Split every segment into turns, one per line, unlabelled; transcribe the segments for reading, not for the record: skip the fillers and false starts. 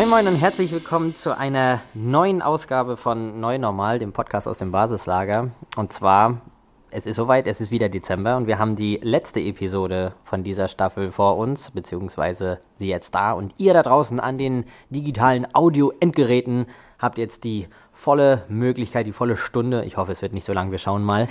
Moin Moin und herzlich willkommen zu einer neuen Ausgabe von Neu Normal, dem Podcast aus dem Basislager. Und zwar, es ist soweit, es ist wieder Dezember und wir haben die letzte Episode von dieser Staffel vor uns, beziehungsweise sie jetzt da. Und ihr da draußen an den digitalen Audio-Endgeräten habt jetzt die volle Möglichkeit, die volle Stunde, ich hoffe, es wird nicht so lang, wir schauen mal,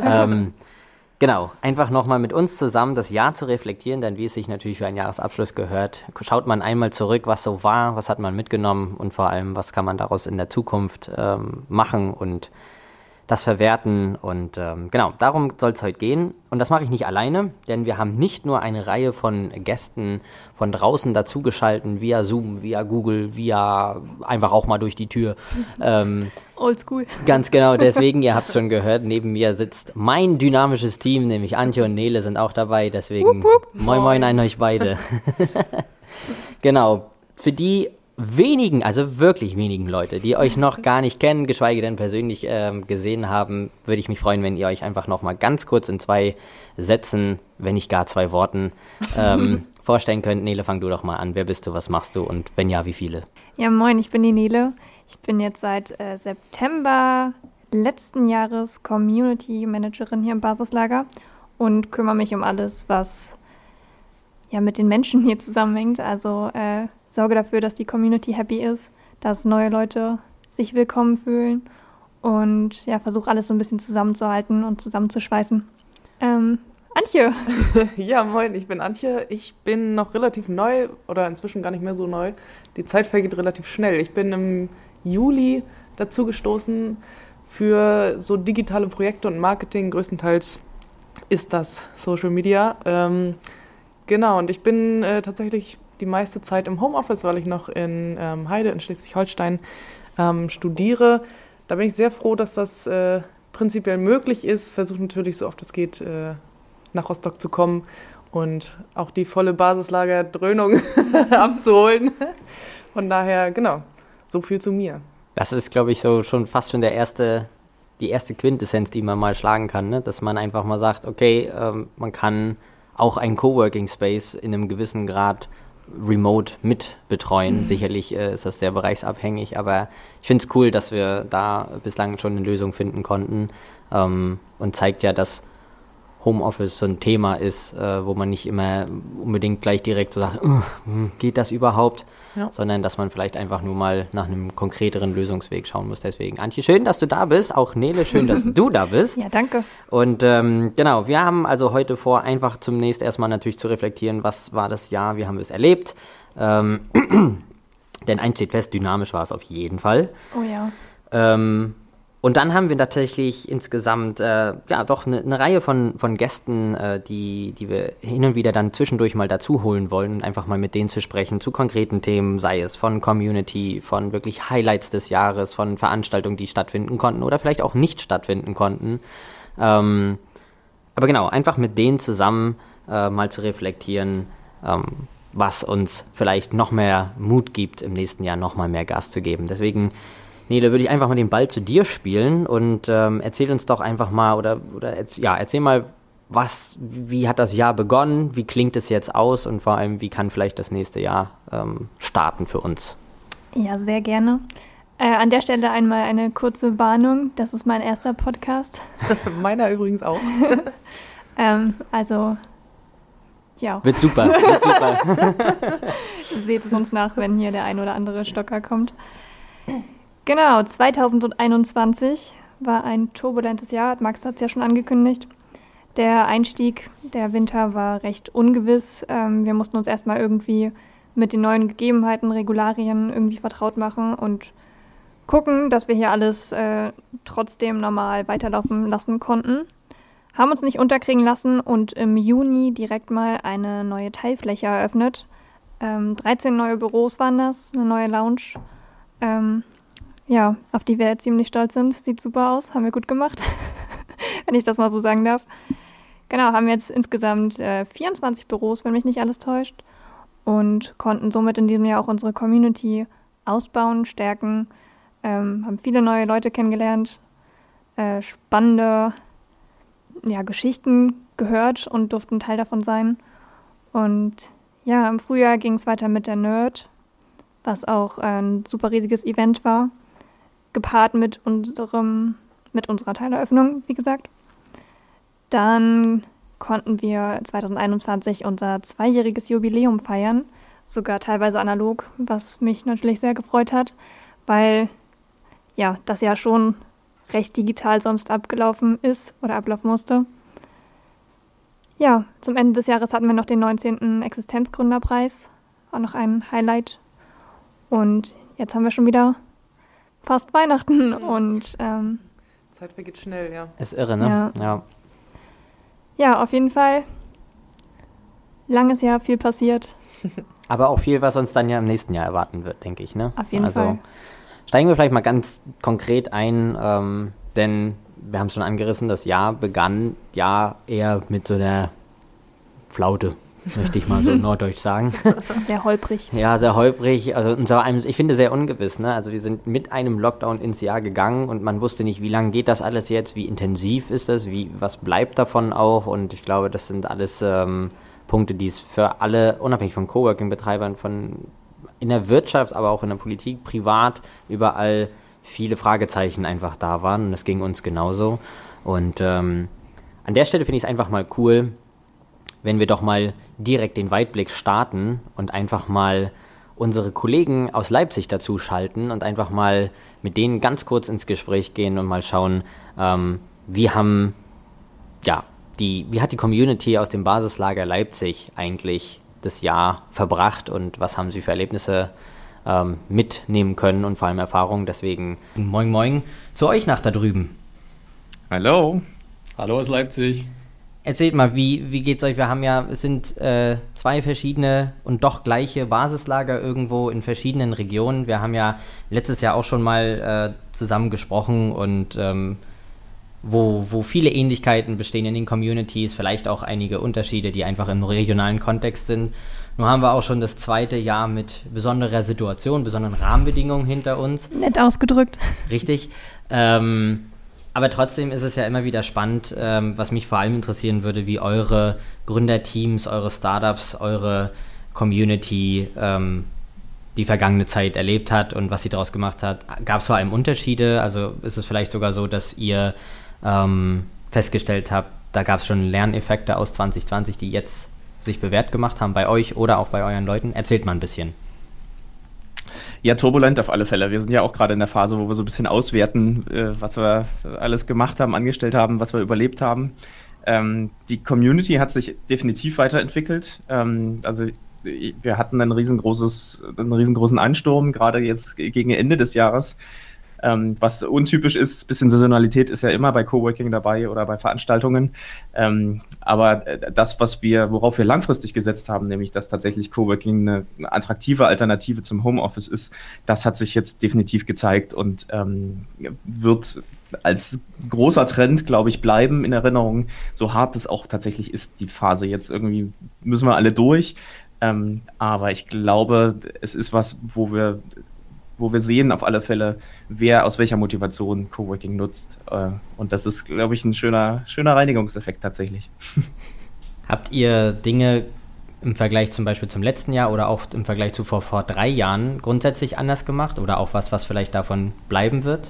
genau, einfach nochmal mit uns zusammen das Jahr zu reflektieren, denn wie es sich natürlich für einen Jahresabschluss gehört, schaut man einmal zurück, was so war, was hat man mitgenommen und vor allem, was kann man daraus in der Zukunft machen und das verwerten und genau, darum soll es heute gehen und das mache ich nicht alleine, denn wir haben nicht nur eine Reihe von Gästen von draußen dazugeschalten, via Zoom, via Google, via einfach auch mal durch die Tür.
Oldschool.
Ganz genau, deswegen, ihr habt schon gehört, neben mir sitzt mein dynamisches Team, nämlich Antje und Nele sind auch dabei, deswegen moin moin an euch beide. Genau, für die wenigen, also wirklich wenigen Leute, die euch noch gar nicht kennen, geschweige denn persönlich gesehen haben, würde ich mich freuen, wenn ihr euch einfach noch mal ganz kurz in 2 Sätzen, wenn nicht gar 2 Worten, vorstellen könnt. Nele, fang du doch mal an. Wer bist du, was machst du und wenn ja, wie viele?
Ja, moin, ich bin die Nele. Ich bin jetzt seit September letzten Jahres Community Managerin hier im Basislager und kümmere mich um alles, was ja mit den Menschen hier zusammenhängt. Also sorge dafür, dass die Community happy ist, dass neue Leute sich willkommen fühlen und ja, versuche alles so ein bisschen zusammenzuhalten und zusammenzuschweißen. Antje.
Ja, moin, ich bin Antje. Ich bin noch relativ neu oder inzwischen gar nicht mehr so neu. Die Zeit vergeht relativ schnell. Ich bin im Juli dazu gestoßen für so digitale Projekte und Marketing. Größtenteils ist das Social Media. Genau, und ich bin tatsächlich die meiste Zeit im Homeoffice, weil ich noch in Heide in Schleswig-Holstein studiere. Da bin ich sehr froh, dass das prinzipiell möglich ist. Versuche natürlich so oft es geht nach Rostock zu kommen und auch die volle Basislager-Dröhnung abzuholen. Von daher, genau, so viel zu mir.
Das ist, glaube ich, so schon fast schon die erste Quintessenz, die man mal schlagen kann, ne? Dass man einfach mal sagt, okay, man kann auch einen Coworking Space in einem gewissen Grad remote mit betreuen. Sicherlich ist das sehr bereichsabhängig, aber ich finde es cool, dass wir da bislang schon eine Lösung finden konnten und zeigt ja, dass Homeoffice so ein Thema ist, wo man nicht immer unbedingt gleich direkt so sagt, geht das überhaupt? Ja. Sondern dass man vielleicht einfach nur mal nach einem konkreteren Lösungsweg schauen muss. Deswegen, Antje, schön, dass du da bist. Auch Nele, schön, dass du da bist.
Ja, danke.
Und genau, wir haben also heute vor, einfach zunächst erstmal natürlich zu reflektieren, was war das Jahr, wie haben wir es erlebt. Denn eins steht fest, dynamisch war es auf jeden Fall.
Oh ja.
Und dann haben wir tatsächlich insgesamt doch eine Reihe von Gästen, die wir hin und wieder dann zwischendurch mal dazu holen wollen und einfach mal mit denen zu sprechen zu konkreten Themen, sei es von Community, von wirklich Highlights des Jahres, von Veranstaltungen, die stattfinden konnten oder vielleicht auch nicht stattfinden konnten. Aber genau, einfach mit denen zusammen mal zu reflektieren, was uns vielleicht noch mehr Mut gibt, im nächsten Jahr noch mal mehr Gas zu geben. Deswegen, Nele, würde ich einfach mal den Ball zu dir spielen und erzähl uns doch einfach mal erzähl mal, wie hat das Jahr begonnen, wie klingt es jetzt aus und vor allem, wie kann vielleicht das nächste Jahr starten für uns?
Ja, sehr gerne. An der Stelle einmal eine kurze Warnung, das ist mein erster Podcast.
Meiner übrigens auch.
Also, ja.
Wird super.
Seht es uns nach, wenn hier der ein oder andere Stocker kommt. Genau, 2021 war ein turbulentes Jahr, Max hat es ja schon angekündigt. Der Einstieg, der Winter war recht ungewiss. Wir mussten uns erstmal irgendwie mit den neuen Gegebenheiten, Regularien irgendwie vertraut machen und gucken, dass wir hier alles trotzdem normal weiterlaufen lassen konnten. Haben uns nicht unterkriegen lassen und im Juni direkt mal eine neue Teilfläche eröffnet. 13 neue Büros waren das, eine neue Lounge. Ja, auf die wir ziemlich stolz sind. Sieht super aus, haben wir gut gemacht, wenn ich das mal so sagen darf. Genau, haben jetzt insgesamt 24 Büros, wenn mich nicht alles täuscht. Und konnten somit in diesem Jahr auch unsere Community ausbauen, stärken. Haben viele neue Leute kennengelernt, spannende Geschichten gehört und durften Teil davon sein. Und ja, im Frühjahr ging es weiter mit der Nerd. was auch ein super riesiges Event war, gepaart mit unserer Teileröffnung, wie gesagt. Dann konnten wir 2021 unser 2-jähriges Jubiläum feiern, sogar teilweise analog, was mich natürlich sehr gefreut hat, weil ja, das ja schon recht digital sonst abgelaufen ist oder ablaufen musste. Ja, zum Ende des Jahres hatten wir noch den 19. Existenzgründerpreis, auch noch ein Highlight. Und jetzt haben wir schon wieder fast Weihnachten und
Zeit vergeht schnell, ja.
Ist irre, ne? Ja.
Ja, auf jeden Fall. Langes Jahr, viel passiert.
Aber auch viel, was uns dann ja im nächsten Jahr erwarten wird, denke ich, ne?
Auf jeden Fall.
Steigen wir vielleicht mal ganz konkret ein, denn wir haben es schon angerissen, das Jahr begann ja eher mit so einer Flaute, möchte ich mal so norddeutsch sagen.
Sehr holprig.
Ja, sehr holprig. Also und zwar ich finde, sehr ungewiss. Ne? Also wir sind mit einem Lockdown ins Jahr gegangen und man wusste nicht, wie lange geht das alles jetzt, wie intensiv ist das, was bleibt davon auch. Und ich glaube, das sind alles Punkte, die es für alle, unabhängig von Coworking-Betreibern, in der Wirtschaft, aber auch in der Politik, privat, überall viele Fragezeichen einfach da waren. Und das ging uns genauso. Und an der Stelle finde ich es einfach mal cool, wenn wir doch mal direkt den Weitblick starten und einfach mal unsere Kollegen aus Leipzig dazu schalten und einfach mal mit denen ganz kurz ins Gespräch gehen und mal schauen, wie hat die Community aus dem Basislager Leipzig eigentlich das Jahr verbracht und was haben sie für Erlebnisse mitnehmen können und vor allem Erfahrungen. Deswegen moin moin zu euch nach da drüben.
Hallo.
Hallo aus Leipzig.
Erzählt mal, wie geht's euch? Es sind 2 verschiedene und doch gleiche Basislager irgendwo in verschiedenen Regionen. Wir haben ja letztes Jahr auch schon mal zusammen gesprochen und wo viele Ähnlichkeiten bestehen in den Communities, vielleicht auch einige Unterschiede, die einfach im regionalen Kontext sind. Nun haben wir auch schon das 2. Jahr mit besonderer Situation, besonderen Rahmenbedingungen hinter uns.
Nett ausgedrückt.
Richtig. Aber trotzdem ist es ja immer wieder spannend, was mich vor allem interessieren würde, wie eure Gründerteams, eure Startups, eure Community die vergangene Zeit erlebt hat und was sie daraus gemacht hat. Gab es vor allem Unterschiede? Also ist es vielleicht sogar so, dass ihr festgestellt habt, da gab es schon Lerneffekte aus 2020, die jetzt sich bewährt gemacht haben bei euch oder auch bei euren Leuten? Erzählt mal ein bisschen.
Ja, turbulent auf alle Fälle. Wir sind ja auch gerade in der Phase, wo wir so ein bisschen auswerten, was wir alles gemacht haben, angestellt haben, was wir überlebt haben. Die Community hat sich definitiv weiterentwickelt. Also wir hatten einen riesengroßen Ansturm, gerade jetzt gegen Ende des Jahres. Was untypisch ist, ein bisschen Saisonalität ist ja immer bei Coworking dabei oder bei Veranstaltungen. Aber das, worauf wir langfristig gesetzt haben, nämlich dass tatsächlich Coworking eine attraktive Alternative zum Homeoffice ist, das hat sich jetzt definitiv gezeigt und wird als großer Trend, glaube ich, bleiben in Erinnerung, so hart es auch tatsächlich ist, die Phase jetzt irgendwie, müssen wir alle durch. Aber ich glaube, es ist was, wo wir sehen auf alle Fälle, wer aus welcher Motivation Coworking nutzt. Und das ist, glaube ich, ein schöner Reinigungseffekt tatsächlich.
Habt ihr Dinge im Vergleich zum Beispiel zum letzten Jahr oder auch im Vergleich zu vor 3 Jahren grundsätzlich anders gemacht? Oder auch was vielleicht davon bleiben wird?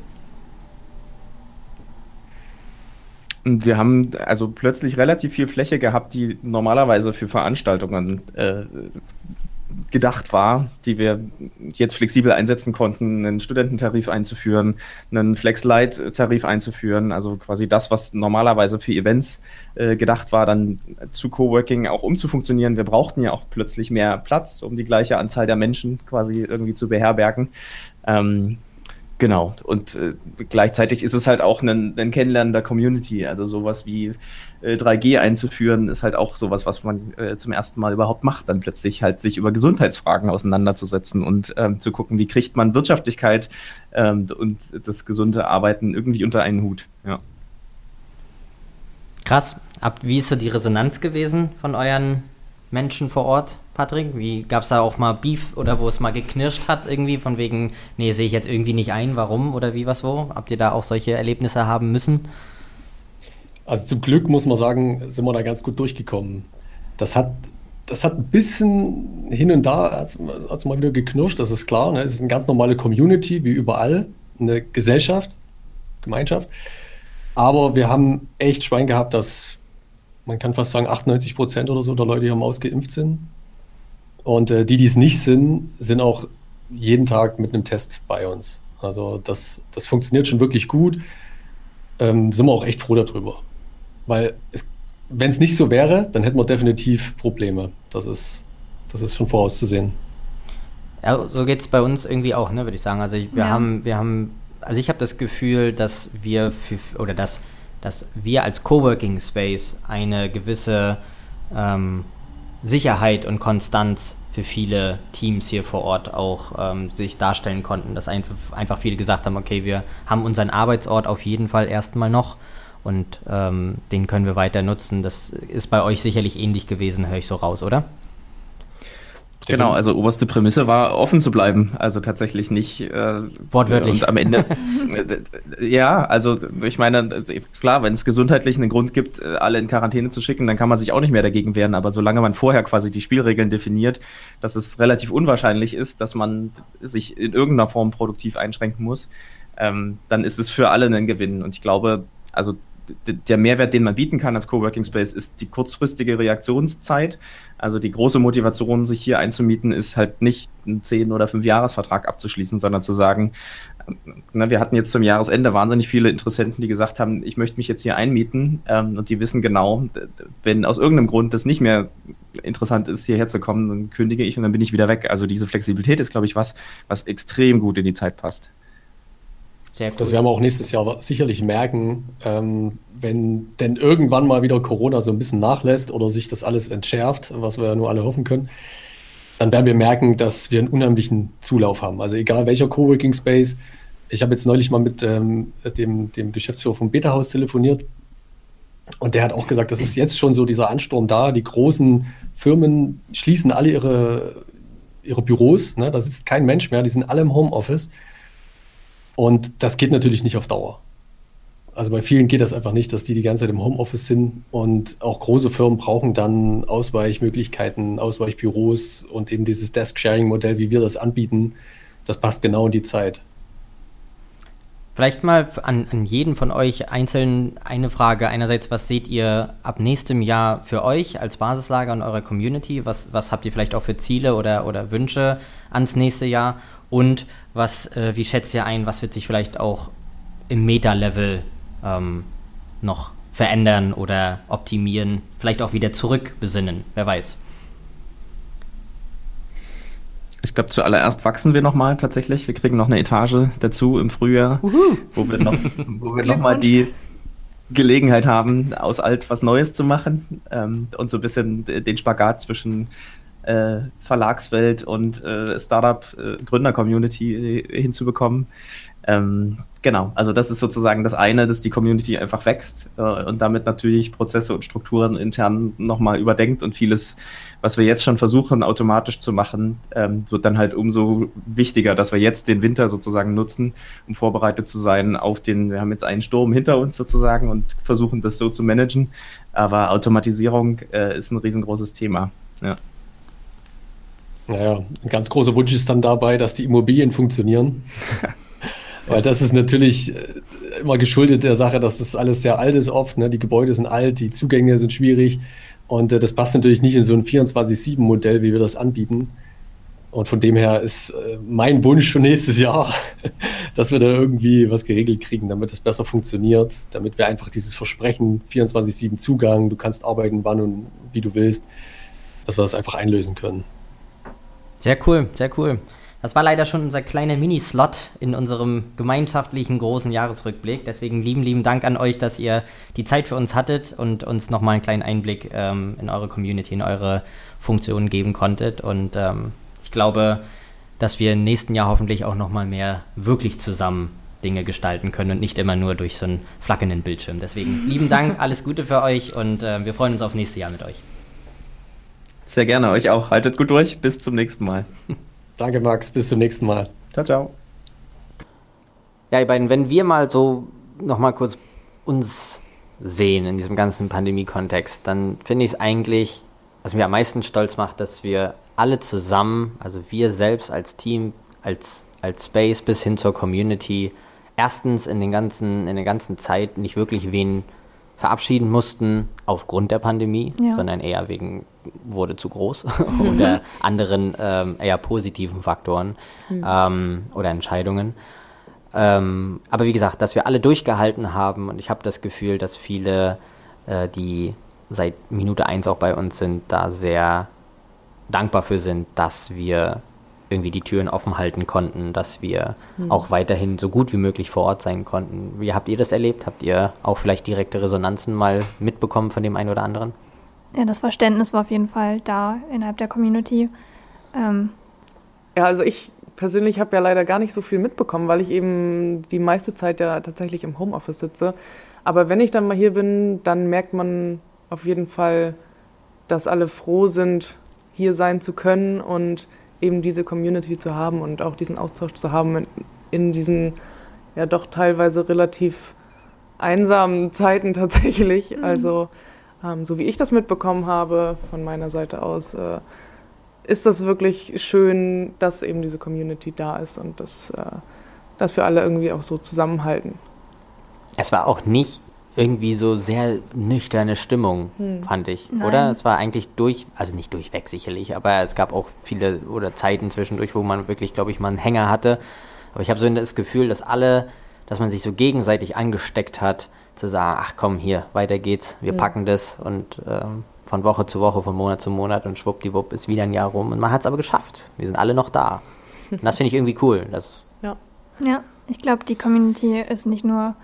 Wir haben also plötzlich relativ viel Fläche gehabt, die normalerweise für Veranstaltungen gedacht war, die wir jetzt flexibel einsetzen konnten, einen Studententarif einzuführen, einen Flex-Lite-Tarif einzuführen, also quasi das, was normalerweise für Events gedacht war, dann zu Coworking auch umzufunktionieren. Wir brauchten ja auch plötzlich mehr Platz, um die gleiche Anzahl der Menschen quasi irgendwie zu beherbergen. Genau, und gleichzeitig ist es halt auch ein Kennenlernen der Community, also sowas wie 3G einzuführen, ist halt auch sowas, was man zum ersten Mal überhaupt macht, dann plötzlich halt sich über Gesundheitsfragen auseinanderzusetzen und zu gucken, wie kriegt man Wirtschaftlichkeit und das gesunde Arbeiten irgendwie unter einen Hut. Ja.
Krass. Wie ist so die Resonanz gewesen von euren Menschen vor Ort, Patrick? Gab es da auch mal Beef oder wo es mal geknirscht hat irgendwie von wegen, nee, sehe ich jetzt irgendwie nicht ein, warum oder wie, was, wo? Habt ihr da auch solche Erlebnisse haben müssen?
Also zum Glück muss man sagen, sind wir da ganz gut durchgekommen. Das hat das hat ein bisschen hin und da hat's mal wieder geknirscht, das ist klar. Ne? Es ist eine ganz normale Community, wie überall, eine Gesellschaft, Gemeinschaft. Aber wir haben echt Schwein gehabt, dass man kann fast sagen 98% oder so der Leute hier im Haus geimpft sind. Und die es nicht sind, sind auch jeden Tag mit einem Test bei uns. Also das funktioniert schon wirklich gut. Sind wir auch echt froh darüber. Weil wenn es nicht so wäre, dann hätten wir definitiv Probleme. Das ist schon vorauszusehen.
Ja, so geht es bei uns irgendwie auch, ne, würde ich sagen. Also ich habe das Gefühl, dass wir dass wir als Coworking Space eine gewisse Sicherheit und Konstanz für viele Teams hier vor Ort auch sich darstellen konnten, dass einfach viele gesagt haben, okay, wir haben unseren Arbeitsort auf jeden Fall erstmal noch und den können wir weiter nutzen. Das ist bei euch sicherlich ähnlich gewesen, höre ich so raus, oder?
Genau, also oberste Prämisse war, offen zu bleiben, also tatsächlich nicht
wortwörtlich.
Und am Ende, ja, also ich meine, klar, wenn es gesundheitlich einen Grund gibt, alle in Quarantäne zu schicken, dann kann man sich auch nicht mehr dagegen wehren, aber solange man vorher quasi die Spielregeln definiert, dass es relativ unwahrscheinlich ist, dass man sich in irgendeiner Form produktiv einschränken muss, dann ist es für alle ein Gewinn und ich glaube, also der Mehrwert, den man bieten kann als Coworking Space, ist die kurzfristige Reaktionszeit. Also die große Motivation, sich hier einzumieten, ist halt nicht einen 10- oder 5-Jahres-Vertrag abzuschließen, sondern zu sagen, wir hatten jetzt zum Jahresende wahnsinnig viele Interessenten, die gesagt haben, ich möchte mich jetzt hier einmieten und die wissen genau, wenn aus irgendeinem Grund das nicht mehr interessant ist, hierher zu kommen, dann kündige ich und dann bin ich wieder weg. Also diese Flexibilität ist, glaube ich, was extrem gut in die Zeit passt.
Sehr cool.
Das werden wir auch nächstes Jahr sicherlich merken, wenn denn irgendwann mal wieder Corona so ein bisschen nachlässt oder sich das alles entschärft, was wir ja nur alle hoffen können, dann werden wir merken, dass wir einen unheimlichen Zulauf haben. Also egal welcher Coworking Space. Ich habe jetzt neulich mal mit dem Geschäftsführer vom Beta-Haus telefoniert und der hat auch gesagt, das ist jetzt schon so dieser Ansturm da. Die großen Firmen schließen alle ihre Büros, ne? Da sitzt kein Mensch mehr, die sind alle im Homeoffice. Und das geht natürlich nicht auf Dauer. Also bei vielen geht das einfach nicht, dass die ganze Zeit im Homeoffice sind und auch große Firmen brauchen dann Ausweichmöglichkeiten, Ausweichbüros und eben dieses Desk-Sharing-Modell, wie wir das anbieten, das passt genau in die Zeit.
Vielleicht mal an jeden von euch einzeln eine Frage. Einerseits, was seht ihr ab nächstem Jahr für euch als Basislager und eurer Community? Was habt ihr vielleicht auch für Ziele oder Wünsche ans nächste Jahr? Und wie schätzt ihr ein, was wird sich vielleicht auch im Meta-Level noch verändern oder optimieren? Vielleicht auch wieder zurückbesinnen, wer weiß.
Ich glaube, zuallererst wachsen wir nochmal tatsächlich. Wir kriegen noch eine Etage dazu im Frühjahr, wo wir noch mal die Gelegenheit haben, aus alt was Neues zu machen und so ein bisschen den Spagat zwischen Verlagswelt und Startup-Gründer-Community hinzubekommen. Genau, also das ist sozusagen das eine, dass die Community einfach wächst und damit natürlich Prozesse und Strukturen intern nochmal überdenkt und vieles, was wir jetzt schon versuchen automatisch zu machen, wird dann halt umso wichtiger, dass wir jetzt den Winter sozusagen nutzen, um vorbereitet zu sein wir haben jetzt einen Sturm hinter uns sozusagen und versuchen das so zu managen, aber Automatisierung ist ein riesengroßes Thema, ja.
Naja, ein ganz großer Wunsch ist dann dabei, dass die Immobilien funktionieren. Weil das ist natürlich immer geschuldet der Sache, dass das alles sehr alt ist oft. Ne? Die Gebäude sind alt, die Zugänge sind schwierig. Und das passt natürlich nicht in so ein 24/7-Modell, wie wir das anbieten. Und von dem her ist mein Wunsch für nächstes Jahr, dass wir da irgendwie was geregelt kriegen, damit es besser funktioniert, damit wir einfach dieses Versprechen, 24/7 Zugang, du kannst arbeiten, wann und wie du willst, dass wir das einfach einlösen können.
Sehr cool, sehr cool. Das war leider schon unser kleiner Mini-Slot in unserem gemeinschaftlichen großen Jahresrückblick. Deswegen lieben Dank an euch, dass ihr die Zeit für uns hattet und uns nochmal einen kleinen Einblick in eure Community, in eure Funktionen geben konntet. Und ich glaube, dass wir im nächsten Jahr hoffentlich auch nochmal mehr wirklich zusammen Dinge gestalten können und nicht immer nur durch so einen flackernden Bildschirm. Deswegen lieben Dank, alles Gute für euch und wir freuen uns aufs nächste Jahr mit euch.
Sehr gerne, euch auch. Haltet gut durch, bis zum nächsten Mal.
Danke, Max, bis zum nächsten Mal.
Ciao, ciao.
Ja, ihr beiden, wenn wir mal so nochmal kurz uns sehen in diesem ganzen Pandemie-Kontext, dann finde ich es eigentlich was mich am meisten stolz macht, dass wir alle zusammen, also wir selbst als Team, als Space bis hin zur Community, erstens in der ganzen Zeit nicht wirklich wen verabschieden mussten aufgrund der Pandemie, sondern eher wegen wurde zu groß oder anderen eher positiven Faktoren oder Entscheidungen. Aber wie gesagt, dass wir alle durchgehalten haben und ich habe das Gefühl, dass viele, die seit Minute 1 auch bei uns sind, da sehr dankbar für sind, dass wir irgendwie die Türen offen halten konnten, dass wir auch weiterhin so gut wie möglich vor Ort sein konnten. Wie habt ihr das erlebt? Habt ihr auch vielleicht direkte Resonanzen mal mitbekommen von dem einen oder anderen?
Ja, das Verständnis war auf jeden Fall da innerhalb der Community.
Ja, also ich persönlich habe ja leider gar nicht so viel mitbekommen, weil ich eben die meiste Zeit ja tatsächlich im Homeoffice sitze. Aber wenn ich dann mal hier bin, dann merkt man auf jeden Fall, dass alle froh sind, hier sein zu können und eben diese Community zu haben und auch diesen Austausch zu haben in diesen ja doch teilweise relativ einsamen Zeiten tatsächlich. Also so wie ich das mitbekommen habe von meiner Seite aus, ist das wirklich schön, dass eben diese Community da ist und dass wir alle irgendwie auch so zusammenhalten.
Es war auch nicht irgendwie so sehr nüchterne Stimmung, fand ich,
Nein.
oder? Es war eigentlich also nicht durchweg sicherlich, aber es gab auch viele oder Zeiten zwischendurch, wo man wirklich, glaube ich, mal einen Hänger hatte. Aber ich habe so das Gefühl, dass man sich so gegenseitig angesteckt hat, zu sagen, ach komm, hier, weiter geht's, wir packen das und von Woche zu Woche, von Monat zu Monat und schwuppdiwupp ist wieder ein Jahr rum und man hat es aber geschafft. Wir sind alle noch da. Und das finde ich irgendwie cool.
Ja, ich glaube, die Community ist nicht nur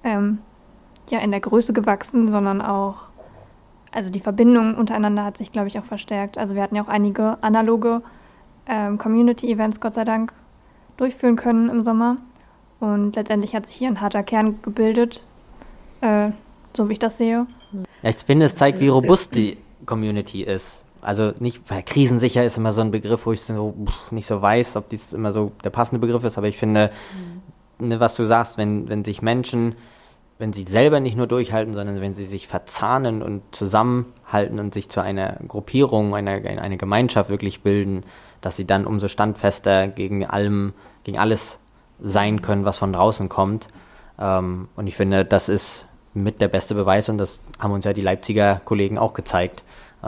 in der Größe gewachsen, sondern auch, also die Verbindung untereinander hat sich, glaube ich, auch verstärkt. Also wir hatten ja auch einige analoge Community-Events, Gott sei Dank, durchführen können im Sommer. Und letztendlich hat sich hier ein harter Kern gebildet, so wie ich das sehe.
Ja, ich finde, es zeigt, wie robust die Community ist. Also nicht, weil krisensicher ist immer so ein Begriff, wo ich so nicht so weiß, ob dies immer so der passende Begriff ist, aber ich finde, was du sagst, wenn sich Menschen, wenn sie selber nicht nur durchhalten, sondern wenn sie sich verzahnen und zusammenhalten und sich zu einer Gruppierung, einer Gemeinschaft wirklich bilden, dass sie dann umso standfester gegen alles sein können, was von draußen kommt. Und ich finde, das ist mit der beste Beweis und das haben uns ja die Leipziger Kollegen auch gezeigt,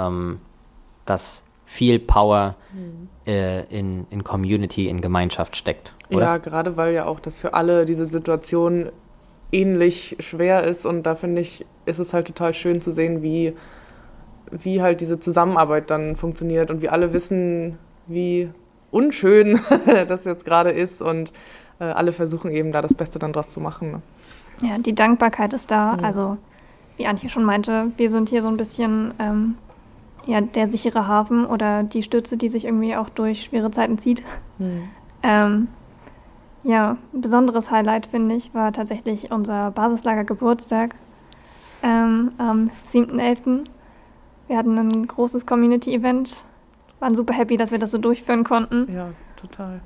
dass viel Power in Community, in Gemeinschaft steckt. Oder?
Ja, gerade weil ja auch das für alle diese Situation ähnlich schwer ist und da finde ich, ist es halt total schön zu sehen, wie halt diese Zusammenarbeit dann funktioniert und wie alle wissen, wie unschön das jetzt gerade ist und alle versuchen eben da das Beste dann draus zu machen. Ne?
Ja, die Dankbarkeit ist da. Also wie Antje schon meinte, wir sind hier so ein bisschen der sichere Hafen oder die Stütze, die sich irgendwie auch durch schwere Zeiten zieht. Ein besonderes Highlight, finde ich, war tatsächlich unser Basislager-Geburtstag am 7.11. Wir hatten ein großes Community-Event, waren super happy, dass wir das so durchführen konnten.
Ja, total.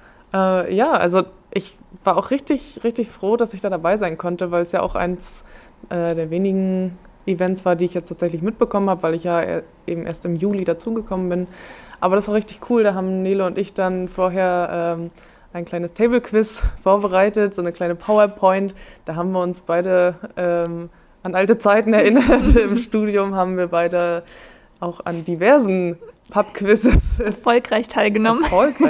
Also ich war auch richtig, richtig froh, dass ich da dabei sein konnte, weil es ja auch eins der wenigen Events war, die ich jetzt tatsächlich mitbekommen habe, weil ich ja eben erst im Juli dazugekommen bin. Aber das war richtig cool, da haben Nele und ich dann vorher ein kleines Table-Quiz vorbereitet, so eine kleine PowerPoint. Da haben wir uns beide an alte Zeiten erinnert. Im Studium haben wir beide auch an diversen Pub-Quizzes
erfolgreich teilgenommen.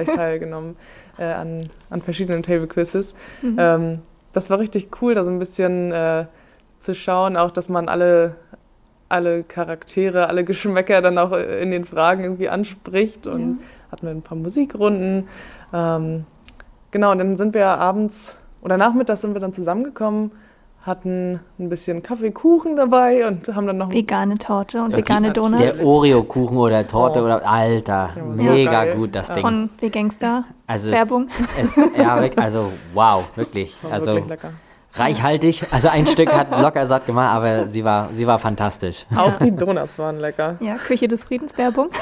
An verschiedenen Table-Quizzes. Das war richtig cool, da so ein bisschen zu schauen, auch dass man alle Charaktere, alle Geschmäcker dann auch in den Fragen irgendwie anspricht und hatten wir ein paar Musikrunden. Genau, und dann sind wir abends oder nachmittags sind wir dann zusammengekommen, hatten ein bisschen Kaffee, Kuchen dabei und haben dann noch
vegane Torte und vegane Donuts.
Der Oreo-Kuchen oder Torte oder Alter, mega gut das Ding.
Von Vegangster Werbung.
Also wow, wirklich. Also
wirklich lecker.
Reichhaltig, also ein Stück hat locker satt gemacht, aber sie war fantastisch.
Auch die Donuts waren lecker.
Ja, Küche des Friedens Werbung.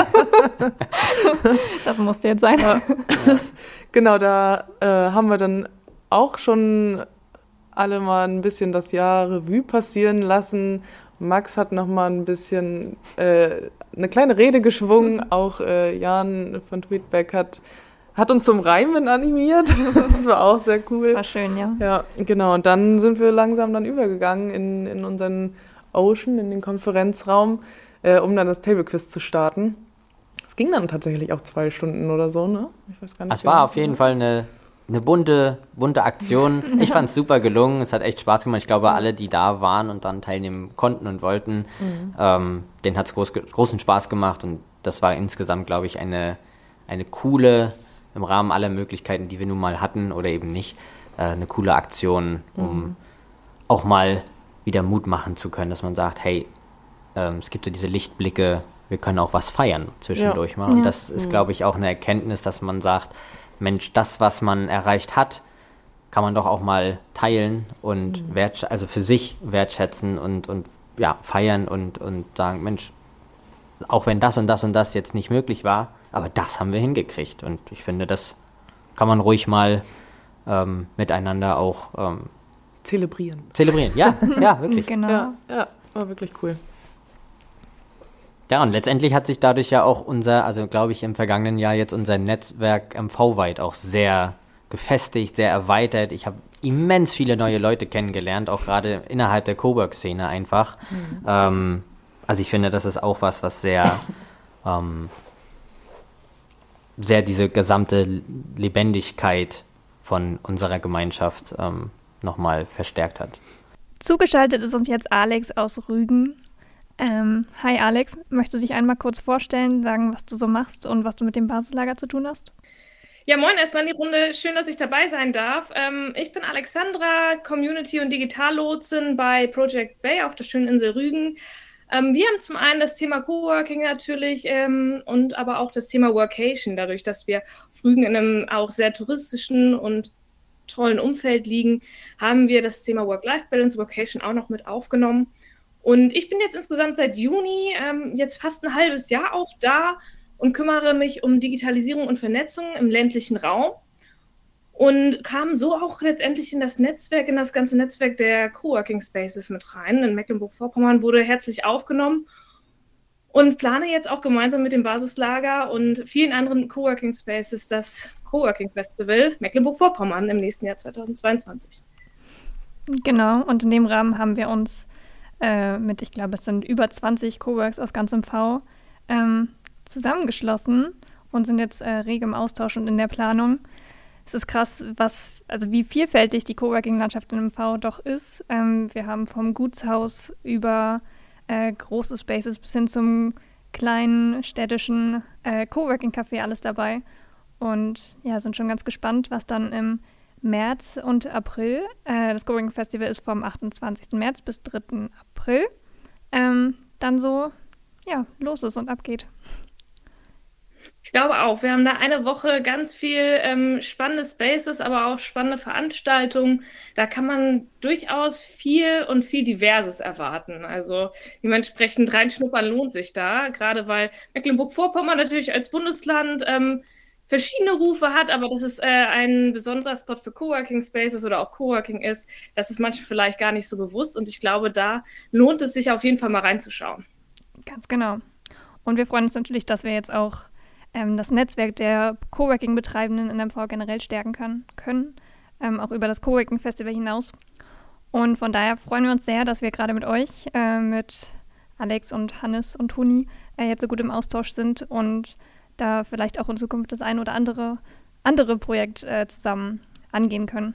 Das musste jetzt sein.
Ja. Genau, da haben wir dann auch schon alle mal ein bisschen das Jahr Revue passieren lassen Max hat nochmal ein bisschen eine kleine Rede geschwungen. Auch Jan von Tweetback hat uns zum Reimen animiert. Das war auch sehr cool.
Das war schön, ja.
Ja, genau. Und dann sind wir langsam dann übergegangen in unseren Ocean, in den Konferenzraum, um dann das Table Quiz zu starten. Es ging dann tatsächlich auch 2 Stunden oder so, ne? Ich weiß gar nicht.
Es war auf jeden Fall eine bunte Aktion. Ich fand es super gelungen. Es hat echt Spaß gemacht. Ich glaube, alle, die da waren und dann teilnehmen konnten und wollten, denen hat es großen Spaß gemacht. Und das war insgesamt, glaube ich, eine coole, im Rahmen aller Möglichkeiten, die wir nun mal hatten oder eben nicht, eine coole Aktion, um auch mal wieder Mut machen zu können, dass man sagt, hey, es gibt so diese Lichtblicke, wir können auch was feiern zwischendurch mal. Und das ist, glaube ich, auch eine Erkenntnis, dass man sagt, Mensch, das, was man erreicht hat, kann man doch auch mal teilen und also für sich wertschätzen und ja, feiern und sagen, Mensch, auch wenn das und das und das jetzt nicht möglich war, aber das haben wir hingekriegt. Und ich finde, das kann man ruhig mal miteinander auch
zelebrieren.
Ja, wirklich.
Genau.
Ja, war wirklich cool.
Ja, und letztendlich hat sich dadurch ja auch glaube ich, im vergangenen Jahr jetzt unser Netzwerk MV-weit auch sehr gefestigt, sehr erweitert. Ich habe immens viele neue Leute kennengelernt, auch gerade innerhalb der Cowork-Szene einfach. Also ich finde, das ist auch was sehr diese gesamte Lebendigkeit von unserer Gemeinschaft nochmal verstärkt hat.
Zugeschaltet ist uns jetzt Alex aus Rügen. Hi Alex, möchtest du dich einmal kurz vorstellen, sagen, was du so machst und was du mit dem Basislager zu tun hast?
Ja, moin erstmal in die Runde. Schön, dass ich dabei sein darf. Ich bin Alexandra, Community- und Digitallotsin bei Project Bay auf der schönen Insel Rügen. Wir haben zum einen das Thema Coworking natürlich und aber auch das Thema Workation, dadurch, dass wir auf Rügen in einem auch sehr touristischen und tollen Umfeld liegen, haben wir das Thema Work-Life-Balance, Workation auch noch mit aufgenommen. Und ich bin jetzt insgesamt seit Juni, jetzt fast ein halbes Jahr auch da und kümmere mich um Digitalisierung und Vernetzung im ländlichen Raum und kam so auch letztendlich in das ganze Netzwerk der Coworking Spaces mit rein. In Mecklenburg-Vorpommern wurde herzlich aufgenommen und plane jetzt auch gemeinsam mit dem Basislager und vielen anderen Coworking Spaces das Coworking Festival Mecklenburg-Vorpommern im nächsten Jahr 2022.
Genau, und in dem Rahmen haben wir uns ich glaube, es sind über 20 Coworks aus ganz MV zusammengeschlossen und sind jetzt rege im Austausch und in der Planung. Es ist krass, wie vielfältig die Coworking-Landschaft in MV doch ist. Wir haben vom Gutshaus über große Spaces bis hin zum kleinen städtischen Coworking-Café alles dabei. Und ja, sind schon ganz gespannt, was dann im März und April. Das Coworking Festival ist vom 28. März bis 3. April. Dann so, ja, los ist und abgeht.
Ich glaube auch. Wir haben da eine Woche ganz viel spannende Spaces, aber auch spannende Veranstaltungen. Da kann man durchaus viel Diverses erwarten. Also dementsprechend reinschnuppern lohnt sich da, gerade weil Mecklenburg-Vorpommern natürlich als Bundesland verschiedene Rufe hat, aber dass es ein besonderer Spot für Coworking Spaces oder auch Coworking ist, das ist manchen vielleicht gar nicht so bewusst und ich glaube, da lohnt es sich auf jeden Fall mal reinzuschauen.
Ganz genau. Und wir freuen uns natürlich, dass wir jetzt auch das Netzwerk der Coworking-Betreibenden in MV generell stärken können, auch über das Coworking Festival hinaus. Und von daher freuen wir uns sehr, dass wir gerade mit euch, mit Alex und Hannes und Toni jetzt so gut im Austausch sind und da vielleicht auch in Zukunft das ein oder andere Projekt zusammen angehen können.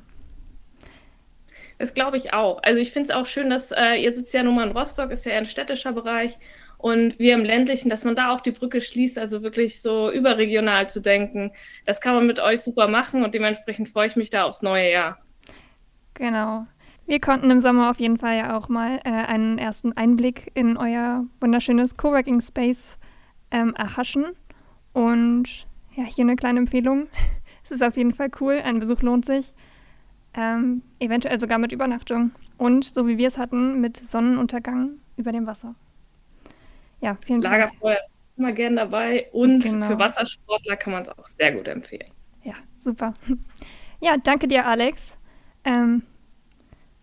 Das glaube ich auch. Also ich finde es auch schön, dass ihr sitzt ja nun mal in Rostock, ist ja eher ein städtischer Bereich und wir im ländlichen, dass man da auch die Brücke schließt, also wirklich so überregional zu denken. Das kann man mit euch super machen und dementsprechend freue ich mich da aufs neue Jahr.
Genau. Wir konnten im Sommer auf jeden Fall ja auch mal einen ersten Einblick in euer wunderschönes Coworking Space erhaschen. Und ja, hier eine kleine Empfehlung. Es ist auf jeden Fall cool, ein Besuch lohnt sich. Eventuell sogar mit Übernachtung. Und so wie wir es hatten, mit Sonnenuntergang über dem Wasser. Ja, vielen Dank.
Lagerfeuer ist immer gern dabei und für Wassersportler kann man es auch sehr gut empfehlen. Ja,
super. Ja, danke dir, Alex.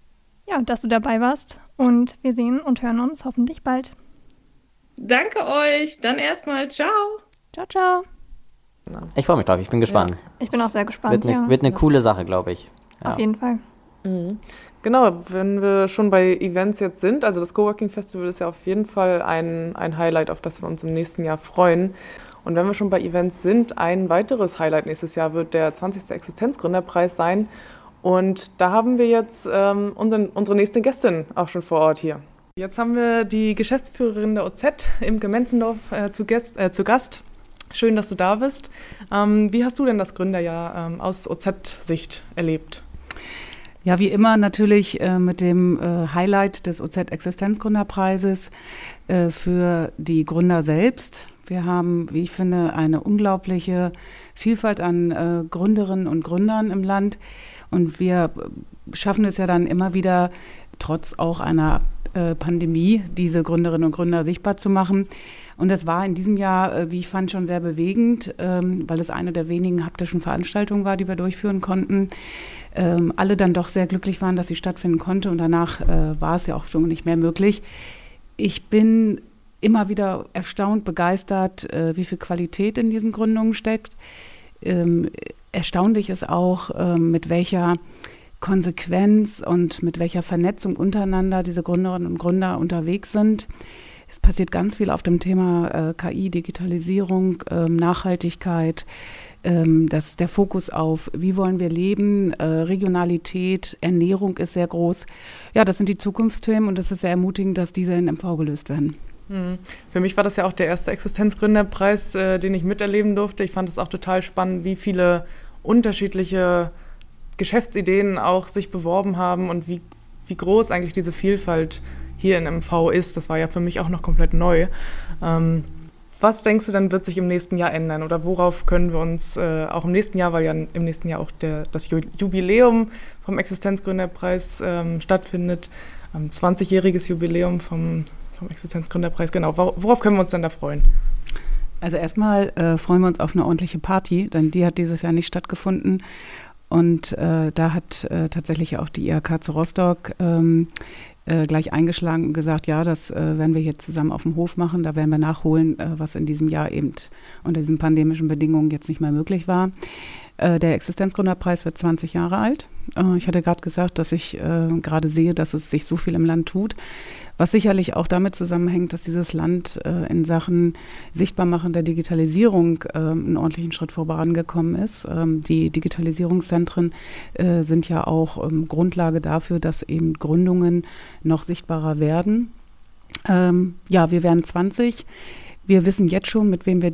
Ja, dass du dabei warst und wir sehen und hören uns hoffentlich bald.
Danke euch. Dann erstmal ciao.
Ciao, ciao.
Ich freue mich drauf, ich bin gespannt.
Ich bin auch sehr gespannt,
Wird eine coole Sache, glaube ich. Ja.
Auf jeden Fall.
Genau, wenn wir schon bei Events jetzt sind, also das Coworking Festival ist ja auf jeden Fall ein Highlight, auf das wir uns im nächsten Jahr freuen. Und wenn wir schon bei Events sind, ein weiteres Highlight nächstes Jahr wird der 20. Existenzgründerpreis sein. Und da haben wir jetzt unsere nächste Gästin auch schon vor Ort hier. Jetzt haben wir die Geschäftsführerin der OZ im Gemenzendorf zu Gast. Schön, dass du da bist. Wie hast du denn das Gründerjahr aus OZ-Sicht erlebt?
Ja, wie immer natürlich mit dem Highlight des OZ-Existenzgründerpreises für die Gründer selbst. Wir haben, wie ich finde, eine unglaubliche Vielfalt an Gründerinnen und Gründern im Land. Und wir schaffen es ja dann immer wieder, trotz auch einer Pandemie, diese Gründerinnen und Gründer sichtbar zu machen. Und das war in diesem Jahr, wie ich fand, schon sehr bewegend, weil es eine der wenigen haptischen Veranstaltungen war, die wir durchführen konnten. Alle dann doch sehr glücklich waren, dass sie stattfinden konnte. Und danach war es ja auch schon nicht mehr möglich. Ich bin immer wieder erstaunt, begeistert, wie viel Qualität in diesen Gründungen steckt. Erstaunlich ist auch, mit welcher Konsequenz und mit welcher Vernetzung untereinander diese Gründerinnen und Gründer unterwegs sind. Es passiert ganz viel auf dem Thema KI, Digitalisierung, Nachhaltigkeit, der Fokus auf, wie wollen wir leben, Regionalität, Ernährung ist sehr groß. Ja, das sind die Zukunftsthemen und es ist sehr ermutigend, dass diese in MV gelöst werden.
Für mich war das ja auch der erste Existenzgründerpreis, den ich miterleben durfte. Ich fand es auch total spannend, wie viele unterschiedliche Geschäftsideen auch sich beworben haben und wie groß eigentlich diese Vielfalt hier in MV ist. Das war ja für mich auch noch komplett neu. Was denkst du dann, wird sich im nächsten Jahr ändern? Oder worauf können wir uns auch im nächsten Jahr, weil ja im nächsten Jahr auch das Jubiläum vom Existenzgründerpreis stattfindet, 20-jähriges Jubiläum vom Existenzgründerpreis, genau. Worauf können wir uns denn da freuen?
Also erstmal freuen wir uns auf eine ordentliche Party, denn die hat dieses Jahr nicht stattgefunden. Und da hat tatsächlich auch die IHK zu Rostock gleich eingeschlagen und gesagt, ja, das werden wir jetzt zusammen auf dem Hof machen, da werden wir nachholen, was in diesem Jahr eben unter diesen pandemischen Bedingungen jetzt nicht mehr möglich war. Der Existenzgründerpreis wird 20 Jahre alt. Ich hatte gerade gesagt, dass ich gerade sehe, dass es sich so viel im Land tut, was sicherlich auch damit zusammenhängt, dass dieses Land in Sachen Sichtbarmachen der Digitalisierung einen ordentlichen Schritt vorangekommen ist. Die Digitalisierungszentren sind ja auch Grundlage dafür, dass eben Gründungen noch sichtbarer werden. Ja, wir werden 20. Wir wissen jetzt schon, mit wem wir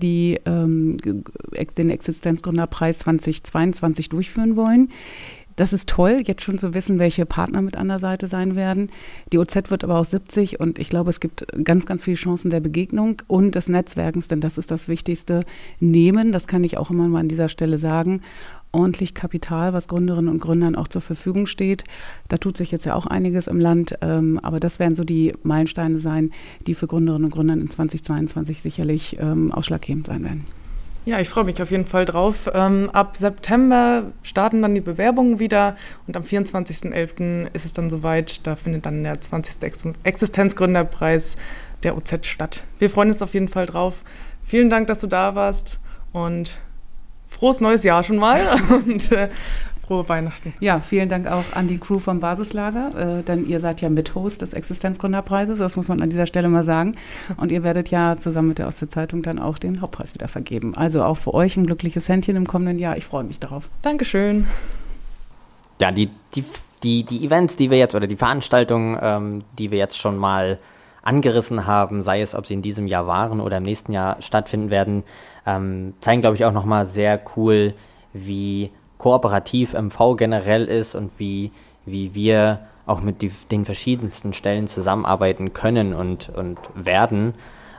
den Existenzgründerpreis 2022 durchführen wollen. Das ist toll, jetzt schon zu wissen, welche Partner mit an der Seite sein werden. Die OZ wird aber auch 70 und ich glaube, es gibt ganz, ganz viele Chancen der Begegnung und des Netzwerkens, denn das ist das Wichtigste, nehmen, das kann ich auch immer mal an dieser Stelle sagen, ordentlich Kapital, was Gründerinnen und Gründern auch zur Verfügung steht. Da tut sich jetzt ja auch einiges im Land, aber das werden so die Meilensteine sein, die für Gründerinnen und Gründer in 2022 sicherlich ausschlaggebend sein werden.
Ja, ich freue mich auf jeden Fall drauf. Ab September starten dann die Bewerbungen wieder und am 24.11. ist es dann soweit. Da findet dann der 20. Existenzgründerpreis der OZ statt. Wir freuen uns auf jeden Fall drauf. Vielen Dank, dass du da warst und frohes neues Jahr schon mal und frohe Weihnachten.
Ja, vielen Dank auch an die Crew vom Basislager, denn ihr seid ja Mithost des Existenzgründerpreises, das muss man an dieser Stelle mal sagen. Und ihr werdet ja zusammen mit der Ostsee-Zeitung dann auch den Hauptpreis wieder vergeben. Also auch für euch ein glückliches Händchen im kommenden Jahr. Ich freue mich darauf.
Dankeschön.
Ja, die Events, die wir jetzt, oder die Veranstaltungen, die wir jetzt schon mal angerissen haben, sei es, ob sie in diesem Jahr waren oder im nächsten Jahr stattfinden werden, zeigen, glaube ich, auch nochmal sehr cool, wie kooperativ MV generell ist und wie wir auch mit den verschiedensten Stellen zusammenarbeiten können und werden.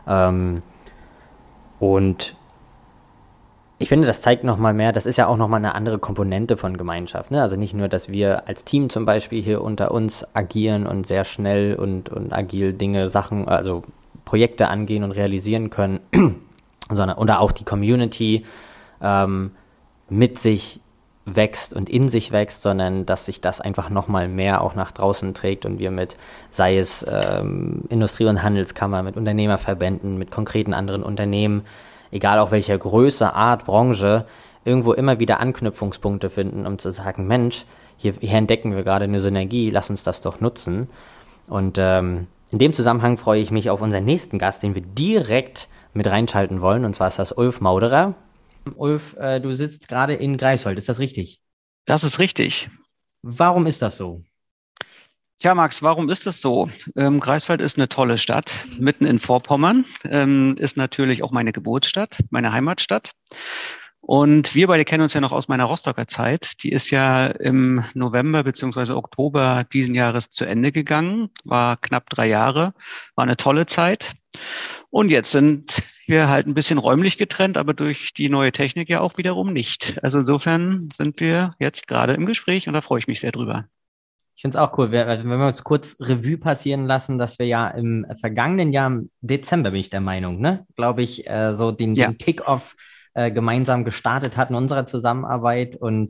Und ich finde, das zeigt nochmal mehr, das ist ja auch nochmal eine andere Komponente von Gemeinschaft. Ne? Also nicht nur, dass wir als Team zum Beispiel hier unter uns agieren und sehr schnell und agil Sachen, also Projekte angehen und realisieren können, sondern oder auch die Community mit sich wächst und in sich wächst, sondern dass sich das einfach nochmal mehr auch nach draußen trägt und wir sei es Industrie- und Handelskammer, mit Unternehmerverbänden, mit konkreten anderen Unternehmen, egal auch welcher Größe, Art, Branche, irgendwo immer wieder Anknüpfungspunkte finden, um zu sagen, Mensch, hier entdecken wir gerade eine Synergie, lass uns das doch nutzen. Und in dem Zusammenhang freue ich mich auf unseren nächsten Gast, den wir direkt mit reinschalten wollen, und zwar ist das Ulf Mauderer. Ulf, du sitzt gerade in Greifswald, ist das richtig?
Das ist richtig.
Warum ist das so?
Ja, Max, warum ist das so? Greifswald ist eine tolle Stadt, mitten in Vorpommern, ist natürlich auch meine Geburtsstadt, meine Heimatstadt. Und wir beide kennen uns ja noch aus meiner Rostocker Zeit. Die ist ja im November beziehungsweise Oktober diesen Jahres zu Ende gegangen, war knapp 3 Jahre, war eine tolle Zeit. Und jetzt sind wir halt ein bisschen räumlich getrennt, aber durch die neue Technik ja auch wiederum nicht. Also insofern sind wir jetzt gerade im Gespräch und da freue ich mich sehr drüber.
Ich finde es auch cool, wenn wir uns kurz Revue passieren lassen, dass wir ja im vergangenen Jahr, im Dezember bin ich der Meinung, ne, glaube ich, so den Kick-Off gemeinsam gestartet hatten, unserer Zusammenarbeit. Und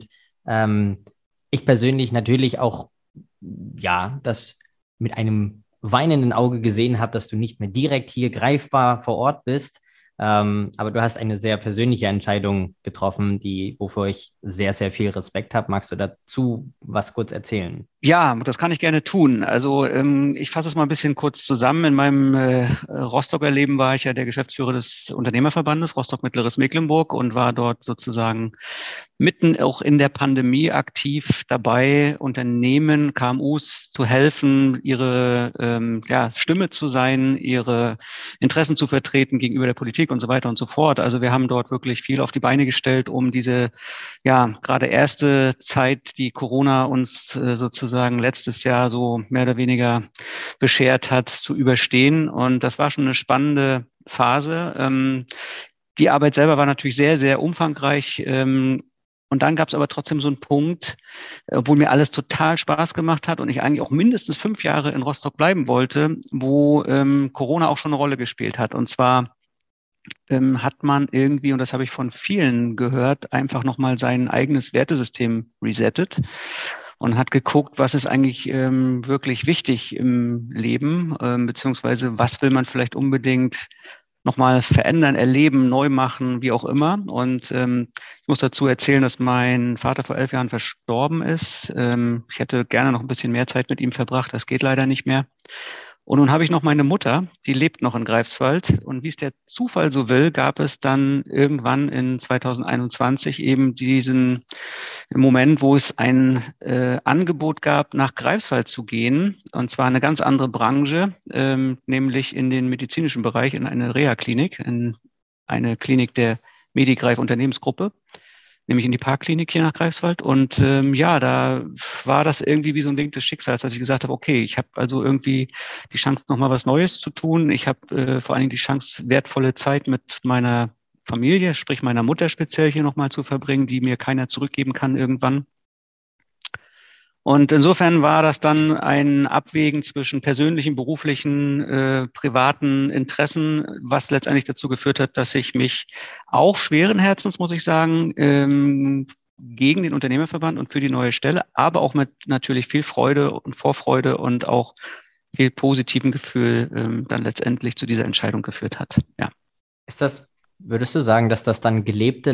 ich persönlich natürlich auch, ja, das mit einem weinenden Auge gesehen habe, dass du nicht mehr direkt hier greifbar vor Ort bist. Aber du hast eine sehr persönliche Entscheidung getroffen, wofür ich sehr, sehr viel Respekt habe. Magst du dazu was kurz erzählen?
Ja, das kann ich gerne tun. Also ich fasse es mal ein bisschen kurz zusammen. In meinem Rostocker Leben war ich ja der Geschäftsführer des Unternehmerverbandes Rostock Mittleres Mecklenburg und war dort sozusagen mitten auch in der Pandemie aktiv dabei, Unternehmen, KMUs zu helfen, ihre Stimme zu sein, ihre Interessen zu vertreten gegenüber der Politik und so weiter und so fort. Also wir haben dort wirklich viel auf die Beine gestellt, um diese gerade erste Zeit, die Corona uns sozusagen letztes Jahr so mehr oder weniger beschert hat, zu überstehen. Und das war schon eine spannende Phase. Die Arbeit selber war natürlich sehr, sehr umfangreich. Und dann gab es aber trotzdem so einen Punkt, obwohl mir alles total Spaß gemacht hat und ich eigentlich auch mindestens 5 Jahre in Rostock bleiben wollte, wo Corona auch schon eine Rolle gespielt hat. Und zwar hat man irgendwie, und das habe ich von vielen gehört, einfach nochmal sein eigenes Wertesystem resettet und hat geguckt, was ist eigentlich wirklich wichtig im Leben, beziehungsweise was will man vielleicht unbedingt nochmal verändern, erleben, neu machen, wie auch immer. Und ich muss dazu erzählen, dass mein Vater vor 11 Jahren verstorben ist. Ich hätte gerne noch ein bisschen mehr Zeit mit ihm verbracht, das geht leider nicht mehr. Und nun habe ich noch meine Mutter, die lebt noch in Greifswald. Und wie es der Zufall so will, gab es dann irgendwann in 2021 eben diesen Moment, wo es ein Angebot gab, nach Greifswald zu gehen. Und zwar eine ganz andere Branche, nämlich in den medizinischen Bereich, in eine Reha-Klinik, in eine Klinik der Medigreif Unternehmensgruppe, nämlich in die Parkklinik hier nach Greifswald. Und da war das irgendwie wie so ein Ding des Schicksals, dass ich gesagt habe, okay, ich habe also irgendwie die Chance, nochmal was Neues zu tun. Ich habe vor allen Dingen die Chance, wertvolle Zeit mit meiner Familie, sprich meiner Mutter speziell hier nochmal zu verbringen, die mir keiner zurückgeben kann irgendwann. Und insofern war das dann ein Abwägen zwischen persönlichen, beruflichen, privaten Interessen, was letztendlich dazu geführt hat, dass ich mich auch schweren Herzens, muss ich sagen, gegen den Unternehmerverband und für die neue Stelle, aber auch mit natürlich viel Freude und Vorfreude und auch viel positiven Gefühl dann letztendlich zu dieser Entscheidung geführt hat. Ja.
Würdest du sagen, dass das dann gelebte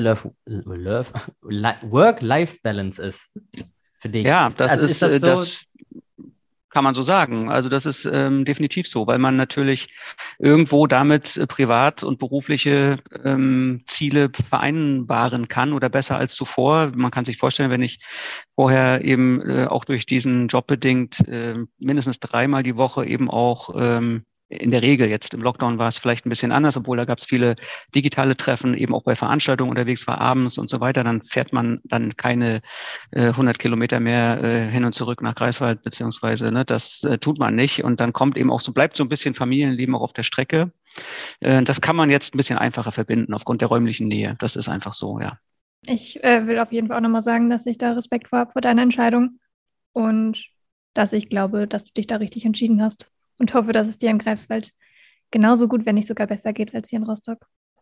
Work-Life-Balance ist? Für dich?
Ja, das
so?
Kann man so sagen. Also das ist definitiv so, weil man natürlich irgendwo damit privat und berufliche Ziele vereinbaren kann oder besser als zuvor. Man kann sich vorstellen, wenn ich vorher eben auch durch diesen Job bedingt mindestens 3-mal die Woche eben auch in der Regel, jetzt im Lockdown war es vielleicht ein bisschen anders, obwohl da gab es viele digitale Treffen, eben auch bei Veranstaltungen unterwegs war, abends und so weiter, dann fährt man dann keine 100 Kilometer mehr hin und zurück nach Greifswald, beziehungsweise das tut man nicht. Und dann kommt eben auch bleibt so ein bisschen Familienleben auch auf der Strecke. Das kann man jetzt ein bisschen einfacher verbinden aufgrund der räumlichen Nähe. Das ist einfach so, ja.
Ich will auf jeden Fall auch nochmal sagen, dass ich da Respekt habe vor deiner Entscheidung und dass ich glaube, dass du dich da richtig entschieden hast. Und hoffe, dass es dir in Greifswald genauso gut, wenn nicht sogar besser geht als hier in Rostock.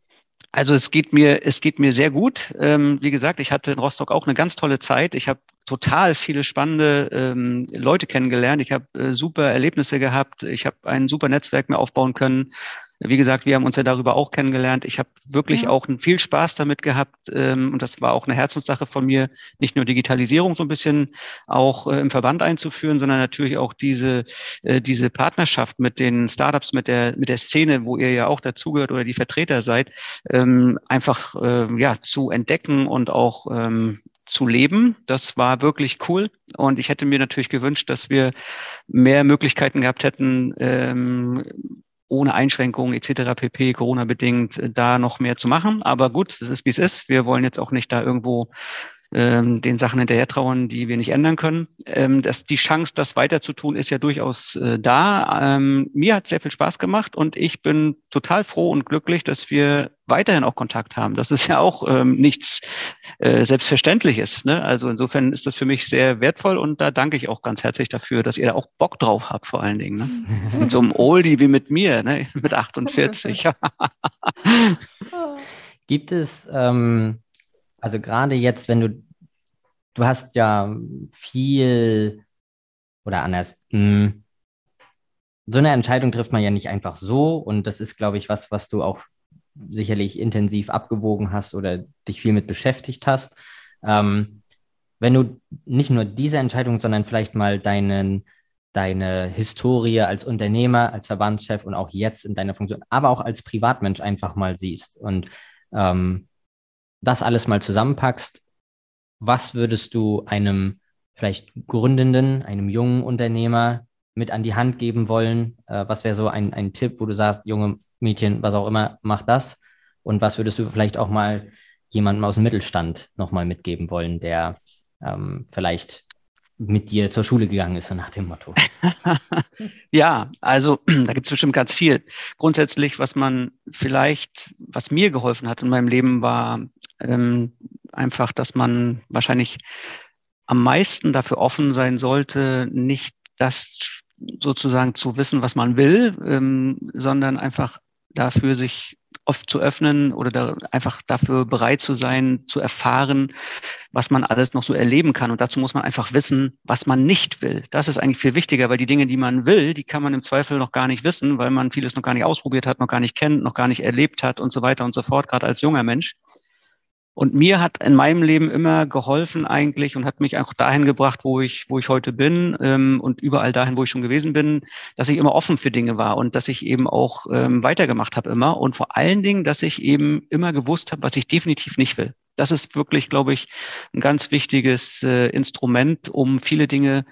Also es geht mir sehr gut. Wie gesagt, ich hatte in Rostock auch eine ganz tolle Zeit. Ich habe total viele spannende Leute kennengelernt. Ich habe super Erlebnisse gehabt. Ich habe ein super Netzwerk mir aufbauen können. Wie gesagt, wir haben uns ja darüber auch kennengelernt. Ich habe wirklich auch viel Spaß damit gehabt. Und das war auch eine Herzenssache von mir, nicht nur Digitalisierung so ein bisschen auch im Verband einzuführen, sondern natürlich auch diese Partnerschaft mit den Startups, mit der Szene, wo ihr ja auch dazugehört oder die Vertreter seid, einfach zu entdecken und auch zu leben. Das war wirklich cool. Und ich hätte mir natürlich gewünscht, dass wir mehr Möglichkeiten gehabt hätten, ohne Einschränkungen etc. pp. Corona-bedingt da noch mehr zu machen. Aber gut, es ist, wie es ist. Wir wollen jetzt auch nicht da irgendwo den Sachen hinterher trauern, die wir nicht ändern können. Die Chance, das weiter zu tun, ist ja durchaus da. Mir hat sehr viel Spaß gemacht und ich bin total froh und glücklich, dass wir weiterhin auch Kontakt haben. Das ist ja auch nichts Selbstverständliches. Ne? Also insofern ist das für mich sehr wertvoll und da danke ich auch ganz herzlich dafür, dass ihr da auch Bock drauf habt, vor allen Dingen. Ne? Mit so einem Oldie wie mit mir, ne? Mit 48.
Gibt es, also gerade jetzt, wenn du hast ja viel oder anders, so eine Entscheidung trifft man ja nicht einfach so und das ist, glaube ich, was du auch sicherlich intensiv abgewogen hast oder dich viel mit beschäftigt hast. Wenn du nicht nur diese Entscheidung, sondern vielleicht mal deine Historie als Unternehmer, als Verbandschef und auch jetzt in deiner Funktion, aber auch als Privatmensch einfach mal siehst und das alles mal zusammenpackst, was würdest du einem vielleicht Gründenden, einem jungen Unternehmer mit an die Hand geben wollen? Was wäre so ein Tipp, wo du sagst, junge Mädchen, was auch immer, mach das? Und was würdest du vielleicht auch mal jemandem aus dem Mittelstand nochmal mitgeben wollen, der vielleicht mit dir zur Schule gegangen ist, so nach dem Motto?
Ja, also da gibt es bestimmt ganz viel. Grundsätzlich, was mir geholfen hat in meinem Leben, war einfach, dass man wahrscheinlich am meisten dafür offen sein sollte, nicht das sozusagen zu wissen, was man will, sondern einfach dafür sich oft zu öffnen oder einfach dafür bereit zu sein, zu erfahren, was man alles noch so erleben kann. Und dazu muss man einfach wissen, was man nicht will. Das ist eigentlich viel wichtiger, weil die Dinge, die man will, die kann man im Zweifel noch gar nicht wissen, weil man vieles noch gar nicht ausprobiert hat, noch gar nicht kennt, noch gar nicht erlebt hat und so weiter und so fort, gerade als junger Mensch. Und mir hat in meinem Leben immer geholfen eigentlich und hat mich auch dahin gebracht, wo ich heute bin und überall dahin, wo ich schon gewesen bin, dass ich immer offen für Dinge war und dass ich eben auch weitergemacht habe immer und vor allen Dingen, dass ich eben immer gewusst habe, was ich definitiv nicht will. Das ist wirklich, glaube ich, ein ganz wichtiges Instrument, um viele Dinge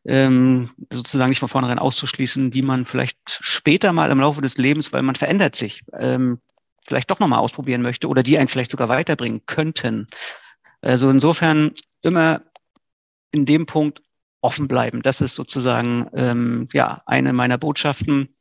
sozusagen nicht von vornherein auszuschließen, die man vielleicht später mal im Laufe des Lebens, weil man verändert sich, vielleicht doch nochmal ausprobieren möchte oder die einen vielleicht sogar weiterbringen könnten. Also insofern immer in dem Punkt offen bleiben. Das ist sozusagen eine meiner Botschaften.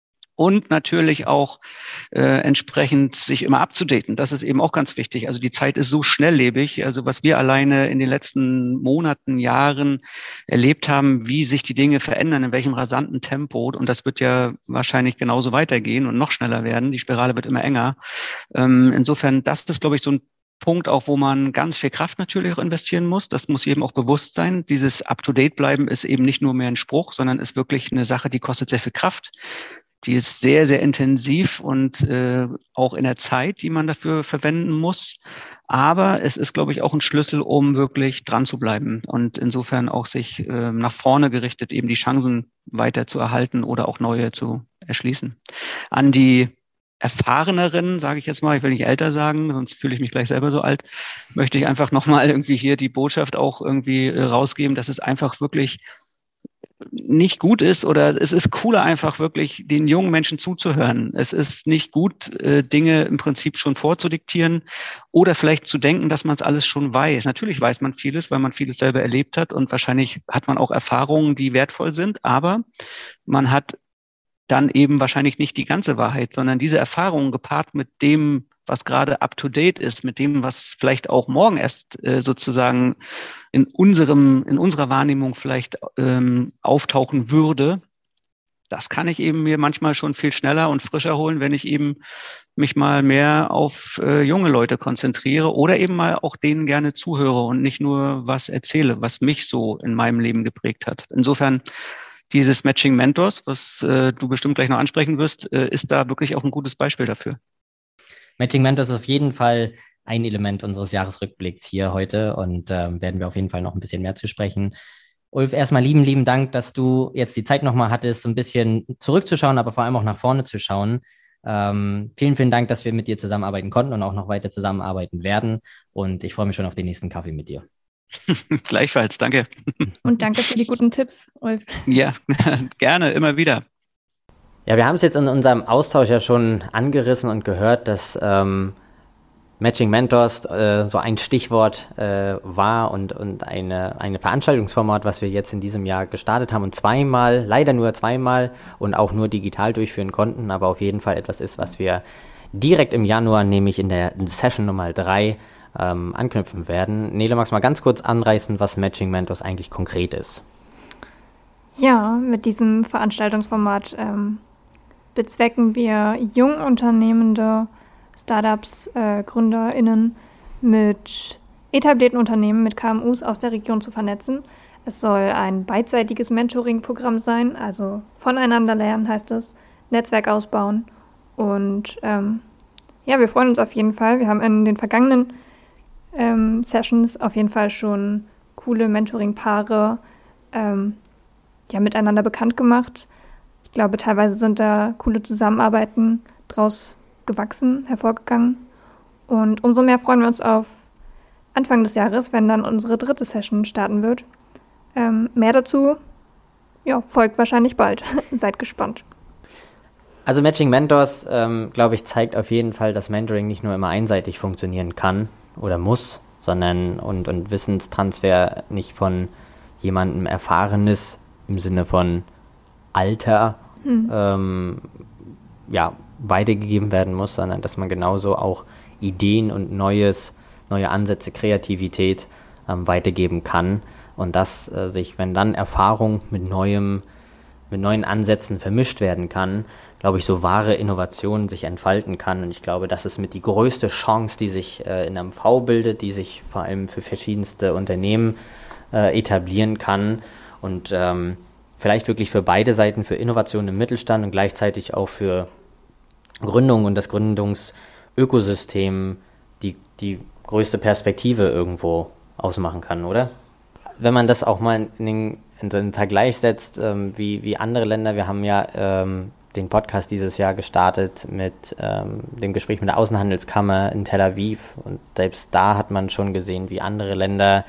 Und natürlich auch entsprechend sich immer abzudaten. Das ist eben auch ganz wichtig. Also die Zeit ist so schnelllebig. Also was wir alleine in den letzten Monaten, Jahren erlebt haben, wie sich die Dinge verändern, in welchem rasanten Tempo. Und das wird ja wahrscheinlich genauso weitergehen und noch schneller werden. Die Spirale wird immer enger. Insofern, das ist, glaube ich, so ein Punkt auch, wo man ganz viel Kraft natürlich auch investieren muss. Das muss jedem auch bewusst sein. Dieses Up-to-date bleiben ist eben nicht nur mehr ein Spruch, sondern ist wirklich eine Sache, die kostet sehr viel Kraft. Die ist sehr, sehr intensiv und auch in der Zeit, die man dafür verwenden muss. Aber es ist, glaube ich, auch ein Schlüssel, um wirklich dran zu bleiben und insofern auch sich nach vorne gerichtet eben die Chancen weiter zu erhalten oder auch neue zu erschließen. An die Erfahreneren, sage ich jetzt mal, ich will nicht älter sagen, sonst fühle ich mich gleich selber so alt, möchte ich einfach nochmal irgendwie hier die Botschaft auch irgendwie rausgeben, dass es einfach wirklich nicht gut ist oder es ist cooler, einfach wirklich den jungen Menschen zuzuhören. Es ist nicht gut, Dinge im Prinzip schon vorzudiktieren oder vielleicht zu denken, dass man es alles schon weiß. Natürlich weiß man vieles, weil man vieles selber erlebt hat und wahrscheinlich hat man auch Erfahrungen, die wertvoll sind, aber man hat dann eben wahrscheinlich nicht die ganze Wahrheit, sondern diese Erfahrungen gepaart mit dem, was gerade up-to-date ist, mit dem, was vielleicht auch morgen erst sozusagen in unserer Wahrnehmung vielleicht auftauchen würde, das kann ich eben mir manchmal schon viel schneller und frischer holen, wenn ich eben mich mal mehr auf junge Leute konzentriere oder eben mal auch denen gerne zuhöre und nicht nur was erzähle, was mich so in meinem Leben geprägt hat. Insofern dieses Matching Mentors, was du bestimmt gleich noch ansprechen wirst, ist da wirklich auch ein gutes Beispiel dafür.
Matching Mentors ist auf jeden Fall ein Element unseres Jahresrückblicks hier heute und werden wir auf jeden Fall noch ein bisschen mehr zu sprechen. Ulf, erstmal lieben Dank, dass du jetzt die Zeit nochmal hattest, so ein bisschen zurückzuschauen, aber vor allem auch nach vorne zu schauen. Vielen Dank, dass wir mit dir zusammenarbeiten konnten und auch noch weiter zusammenarbeiten werden. Und ich freue mich schon auf den nächsten Kaffee mit dir.
Gleichfalls, danke.
Und danke für die guten Tipps, Ulf.
Ja, gerne, immer wieder.
Ja, wir haben es jetzt in unserem Austausch ja schon angerissen und gehört, dass Matching Mentors so ein Stichwort war und eine Veranstaltungsformat, was wir jetzt in diesem Jahr gestartet haben und leider nur zweimal und auch nur digital durchführen konnten, aber auf jeden Fall etwas ist, was wir direkt im Januar, nämlich in der Session Nummer 3, anknüpfen werden. Nele, magst du mal ganz kurz anreißen, was Matching Mentors eigentlich konkret ist?
Ja, mit diesem Veranstaltungsformat bezwecken wir jung unternehmende Startups, GründerInnen mit etablierten Unternehmen, mit KMUs aus der Region zu vernetzen. Es soll ein beidseitiges Mentoring-Programm sein, also voneinander lernen heißt es, Netzwerk ausbauen. Und wir freuen uns auf jeden Fall. Wir haben in den vergangenen Sessions auf jeden Fall schon coole Mentoring-Paare miteinander bekannt gemacht. Ich glaube, teilweise sind da coole Zusammenarbeiten draus gewachsen, hervorgegangen. Und umso mehr freuen wir uns auf Anfang des Jahres, wenn dann unsere 3. Session starten wird. Mehr dazu folgt wahrscheinlich bald. Seid gespannt.
Also Matching Mentors, glaube ich, zeigt auf jeden Fall, dass Mentoring nicht nur immer einseitig funktionieren kann oder muss, sondern und Wissenstransfer nicht von jemandem Erfahrenes im Sinne von Alter weitergegeben werden muss, sondern dass man genauso auch Ideen und neue Ansätze, Kreativität weitergeben kann und dass sich, wenn dann Erfahrung mit neuen Ansätzen vermischt werden kann, glaube ich, so wahre Innovation sich entfalten kann. Und ich glaube, das ist mit die größte Chance, die sich in MV bildet, die sich vor allem für verschiedenste Unternehmen etablieren kann und vielleicht wirklich für beide Seiten, für Innovation im Mittelstand und gleichzeitig auch für Gründung und das Gründungsökosystem die größte Perspektive irgendwo ausmachen kann, oder? Wenn man das auch mal in so einen Vergleich setzt, wie andere Länder, wir haben ja den Podcast dieses Jahr gestartet mit dem Gespräch mit der Außenhandelskammer in Tel Aviv und selbst da hat man schon gesehen, wie andere Länder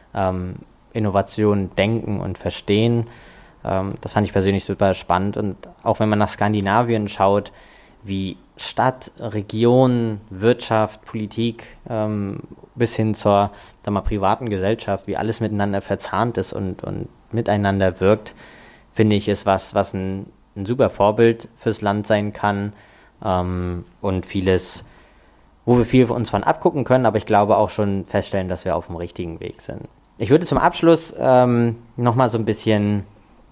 Innovation denken und verstehen. Das fand ich persönlich super spannend und auch wenn man nach Skandinavien schaut, wie Stadt, Region, Wirtschaft, Politik bis hin zur privaten Gesellschaft, wie alles miteinander verzahnt ist und miteinander wirkt, finde ich, ist was ein super Vorbild fürs Land sein kann und vieles, wo wir viel uns von abgucken können, aber ich glaube auch schon feststellen, dass wir auf dem richtigen Weg sind. Ich würde zum Abschluss nochmal so ein bisschen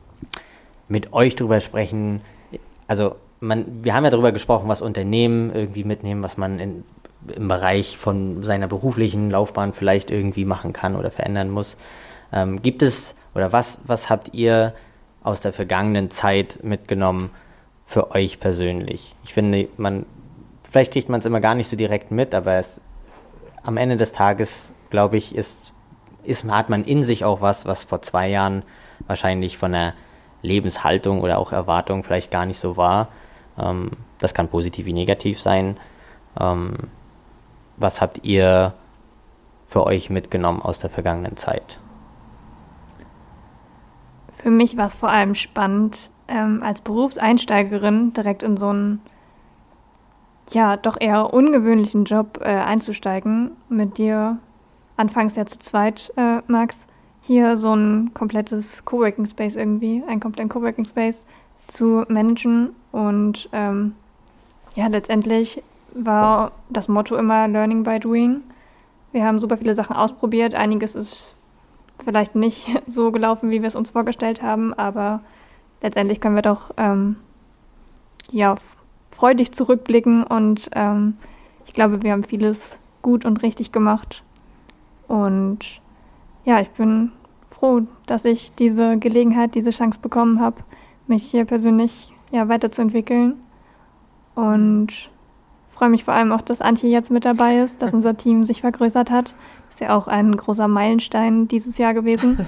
mit euch drüber sprechen. Also wir haben ja darüber gesprochen, was Unternehmen irgendwie mitnehmen, was man im Bereich von seiner beruflichen Laufbahn vielleicht irgendwie machen kann oder verändern muss. Gibt es oder was habt ihr aus der vergangenen Zeit mitgenommen für euch persönlich? Ich finde, vielleicht kriegt man es immer gar nicht so direkt mit, aber am Ende des Tages, glaube ich, hat man in sich auch was vor 2 Jahren wahrscheinlich von der Lebenshaltung oder auch Erwartung vielleicht gar nicht so war. Das kann positiv wie negativ sein. Was habt ihr für euch mitgenommen aus der vergangenen Zeit?
Für mich war es vor allem spannend, als Berufseinsteigerin direkt in so einen doch eher ungewöhnlichen Job einzusteigen. Mit dir anfangs ja zu zweit, Max, hier so ein komplettes Coworking Space einen kompletten Coworking Space zu managen und letztendlich war das Motto immer Learning by Doing. Wir haben super viele Sachen ausprobiert, einiges ist vielleicht nicht so gelaufen, wie wir es uns vorgestellt haben, aber letztendlich können wir doch freudig zurückblicken und ich glaube, wir haben vieles gut und richtig gemacht. Und ja, ich bin froh, dass ich diese Gelegenheit, diese Chance bekommen habe, mich hier persönlich weiterzuentwickeln. Und freue mich vor allem auch, dass Antje jetzt mit dabei ist, dass unser Team sich vergrößert hat. Ist ja auch ein großer Meilenstein dieses Jahr gewesen.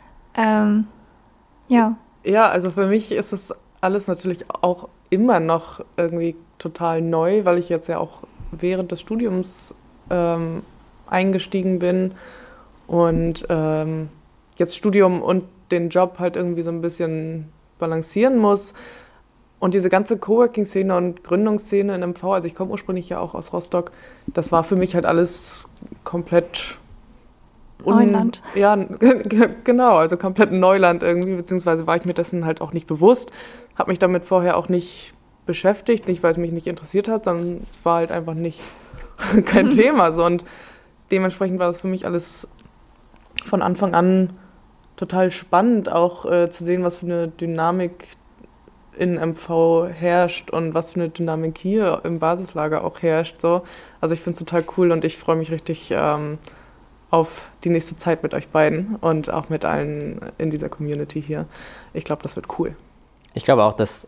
Ja,
also für mich ist das alles natürlich auch immer noch irgendwie total neu, weil ich jetzt ja auch während des Studiums eingestiegen bin und jetzt Studium und den Job halt irgendwie so ein bisschen balancieren muss. Und diese ganze Coworking-Szene und Gründungsszene in MV, also ich komme ursprünglich ja auch aus Rostock, das war für mich halt alles komplett
Neuland.
Ja, genau, also komplett Neuland irgendwie, beziehungsweise war ich mir dessen halt auch nicht bewusst, habe mich damit vorher auch nicht beschäftigt, nicht weil es mich nicht interessiert hat, sondern es war halt einfach nicht kein Thema. So. Und dementsprechend war das für mich alles von Anfang an total spannend, auch zu sehen, was für eine Dynamik in MV herrscht und was für eine Dynamik hier im Basislager auch herrscht. So. Also ich finde es total cool und ich freue mich richtig auf die nächste Zeit mit euch beiden und auch mit allen in dieser Community hier. Ich glaube, das wird cool.
Ich glaube auch, das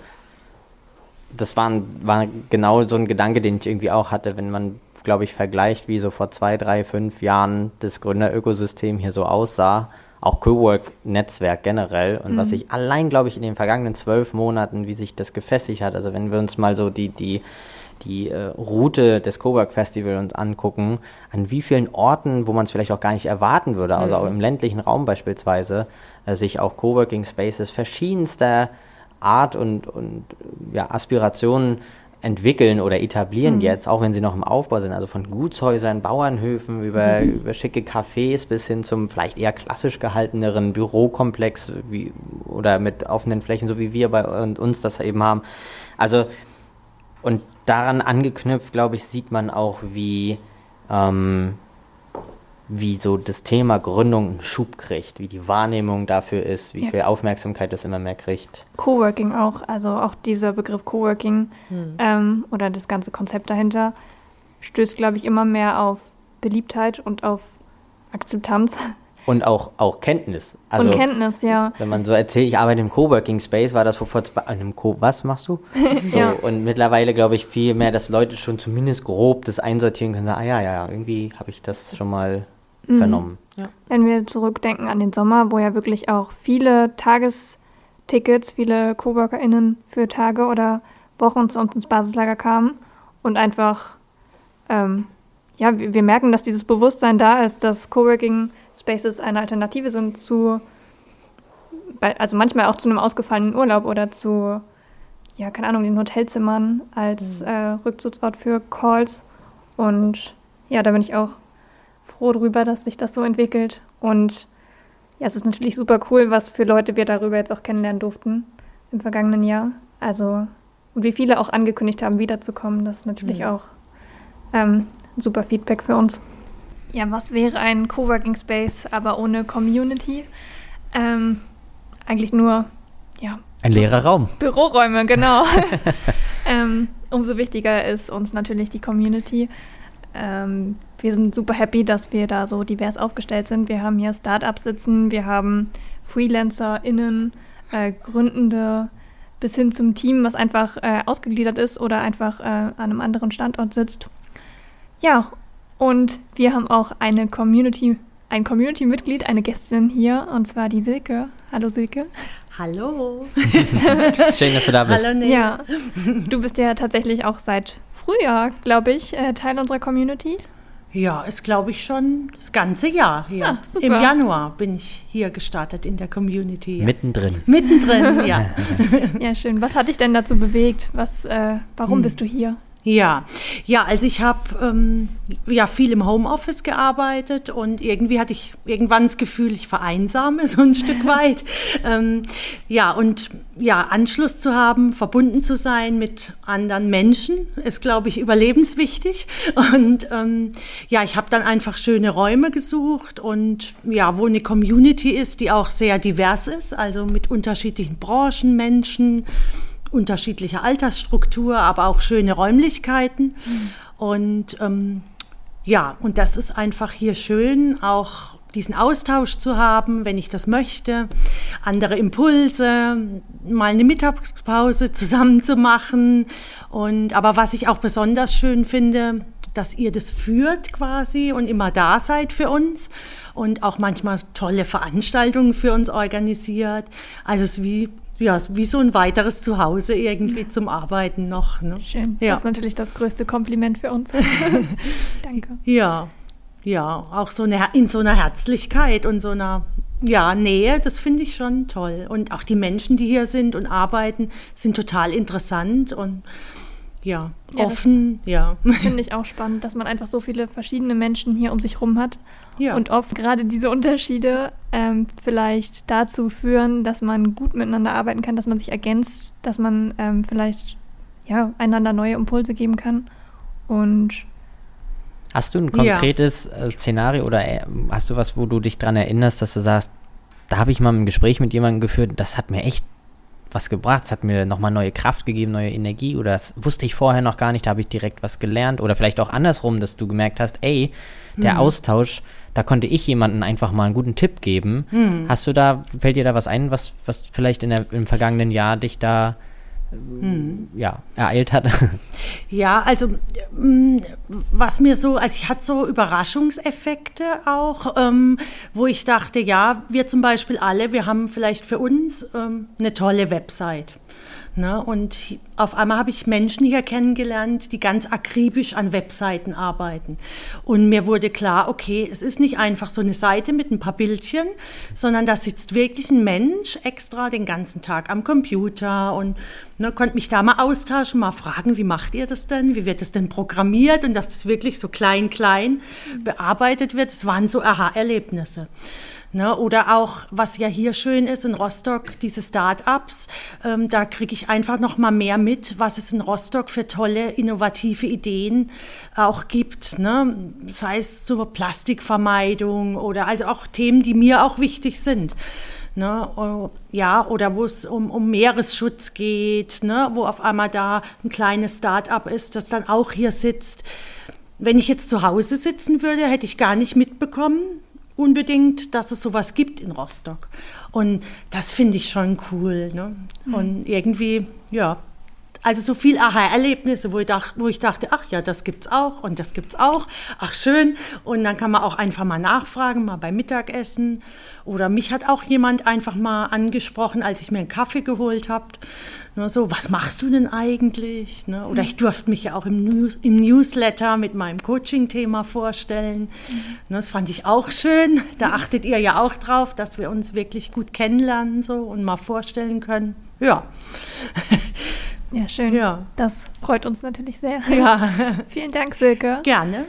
war genau so ein Gedanke, den ich irgendwie auch hatte, wenn man, glaube ich, vergleicht, wie so vor 2, 3, 5 Jahren das Gründerökosystem hier so aussah, auch Cowork-Netzwerk generell und was sich allein, glaube ich, in den vergangenen 12 Monaten, wie sich das gefestigt hat, also wenn wir uns mal so die Route des Cowork-Festivals uns angucken, an wie vielen Orten, wo man es vielleicht auch gar nicht erwarten würde, also auch im ländlichen Raum beispielsweise, sich auch Coworking-Spaces verschiedenster Art und Aspirationen entwickeln oder etablieren jetzt, auch wenn sie noch im Aufbau sind, also von Gutshäusern, Bauernhöfen über schicke Cafés bis hin zum vielleicht eher klassisch gehalteneren Bürokomplex oder mit offenen Flächen, so wie wir bei uns das eben haben. Also und daran angeknüpft, glaube ich, sieht man auch, wie so das Thema Gründung einen Schub kriegt, wie die Wahrnehmung dafür ist, wie viel Aufmerksamkeit das immer mehr kriegt.
Coworking auch, also auch dieser Begriff Coworking oder das ganze Konzept dahinter stößt, glaube ich, immer mehr auf Beliebtheit und auf Akzeptanz.
Und auch Kenntnis. Also,
und Kenntnis, ja.
Wenn man so erzählt, ich arbeite im Coworking Space, war das vor was machst du? So, ja. Und mittlerweile glaube ich viel mehr, dass Leute schon zumindest grob das einsortieren können, sagen, irgendwie habe ich das schon mal vernommen.
Ja. Wenn wir zurückdenken an den Sommer, wo ja wirklich auch viele Tagestickets, viele CoworkerInnen für Tage oder Wochen zu uns ins Basislager kamen und einfach, wir merken, dass dieses Bewusstsein da ist, dass Coworking Spaces eine Alternative sind also manchmal auch zu einem ausgefallenen Urlaub oder zu, den Hotelzimmern als Rückzugsort für Calls. Und ja, da bin ich auch froh drüber, dass sich das so entwickelt. Und ja, es ist natürlich super cool, was für Leute wir darüber jetzt auch kennenlernen durften im vergangenen Jahr. Also, und wie viele auch angekündigt haben, wiederzukommen, das ist natürlich auch super Feedback für uns. Ja, was wäre ein Coworking Space, aber ohne Community? Eigentlich nur,
ein leerer Raum.
Büroräume, genau. Umso wichtiger ist uns natürlich die Community. Wir sind super happy, dass wir da so divers aufgestellt sind. Wir haben hier Startups sitzen, wir haben FreelancerInnen, Gründende, bis hin zum Team, was einfach ausgegliedert ist oder einfach an einem anderen Standort sitzt. Ja, und wir haben auch ein Community-Mitglied, eine Gästin hier, und zwar die Silke. Hallo Silke.
Hallo.
Schön, dass du da bist.
Hallo, Nele.
Ja, du bist ja tatsächlich auch seit Frühjahr, glaube ich, Teil unserer Community.
Ja, ist, glaube ich, schon das ganze Jahr hier.
Ah, super.
Im Januar bin ich hier gestartet in der Community. Ja.
Mittendrin,
ja.
Ja, schön. Was hat dich denn dazu bewegt? Warum bist du hier?
Ja, also ich habe viel im Homeoffice gearbeitet und irgendwie hatte ich irgendwann das Gefühl, ich vereinsame so ein Stück weit. Anschluss zu haben, verbunden zu sein mit anderen Menschen, ist, glaube ich, überlebenswichtig. Und ich habe dann einfach schöne Räume gesucht und wo eine Community ist, die auch sehr divers ist, also mit unterschiedlichen Branchen, Menschen, unterschiedliche Altersstruktur, aber auch schöne Räumlichkeiten. Und ja, und das ist einfach hier schön, auch diesen Austausch zu haben, wenn ich das möchte, andere Impulse, mal eine Mittagspause zusammen zu machen. Aber was ich auch besonders schön finde, dass ihr das führt quasi und immer da seid für uns und auch manchmal tolle Veranstaltungen für uns organisiert. Also es ist wie so ein weiteres Zuhause irgendwie zum Arbeiten noch. Ne?
Schön.
Ja.
Das ist natürlich das größte Kompliment für uns. Danke.
Ja, auch in so einer Herzlichkeit und so einer Nähe, das finde ich schon toll. Und auch die Menschen, die hier sind und arbeiten, sind total interessant und offen.
Das finde ich auch spannend, dass man einfach so viele verschiedene Menschen hier um sich rum hat. Ja. Und oft gerade diese Unterschiede vielleicht dazu führen, dass man gut miteinander arbeiten kann, dass man sich ergänzt, dass man vielleicht einander neue Impulse geben kann. Und
hast du ein konkretes Szenario oder hast du was, wo du dich dran erinnerst, dass du sagst, da habe ich mal ein Gespräch mit jemandem geführt, das hat mir echt was gebracht, es hat mir nochmal neue Kraft gegeben, neue Energie oder das wusste ich vorher noch gar nicht, da habe ich direkt was gelernt oder vielleicht auch andersrum, dass du gemerkt hast, der Austausch, da konnte ich jemandem einfach mal einen guten Tipp geben. Fällt dir da was ein, was vielleicht im vergangenen Jahr dich da ereilt hat?
Ja, also was mir so, also ich hatte so Überraschungseffekte auch, wo ich dachte, wir zum Beispiel wir haben vielleicht für uns eine tolle Website. Ne? Und auf einmal habe ich Menschen hier kennengelernt, die ganz akribisch an Webseiten arbeiten. Und mir wurde klar, okay, es ist nicht einfach so eine Seite mit ein paar Bildchen, sondern da sitzt wirklich ein Mensch extra den ganzen Tag am Computer und konnte mich da mal austauschen, mal fragen, wie macht ihr das denn? Wie wird das denn programmiert? Und dass das wirklich so klein bearbeitet wird, das waren so Aha-Erlebnisse. Ne, oder auch, was ja hier schön ist in Rostock, diese Start-ups, da kriege ich einfach noch mal mehr mit, was es in Rostock für tolle, innovative Ideen auch gibt. Ne? Sei es zur Plastikvermeidung oder also auch Themen, die mir auch wichtig sind. Ne? Oder wo es um Meeresschutz geht, ne? Wo auf einmal da ein kleines Start-up ist, das dann auch hier sitzt. Wenn ich jetzt zu Hause sitzen würde, hätte ich gar nicht mitbekommen, unbedingt, dass es sowas gibt in Rostock. Und das finde ich schon cool. Ne? Und irgendwie, also so viel Aha-Erlebnisse, wo ich dachte, ach ja, das gibt's auch und das gibt's auch. Ach schön. Und dann kann man auch einfach mal nachfragen, mal beim Mittagessen. Oder mich hat auch jemand einfach mal angesprochen, als ich mir einen Kaffee geholt habe. So, was machst du denn eigentlich? Ne? Oder ich durfte mich ja auch im Newsletter mit meinem Coaching-Thema vorstellen. Das fand ich auch schön. Da achtet ihr ja auch drauf, dass wir uns wirklich gut kennenlernen so, und mal vorstellen können. Ja.
Ja, schön. Ja. Das freut uns natürlich sehr.
Ja.
Vielen Dank, Silke.
Gerne.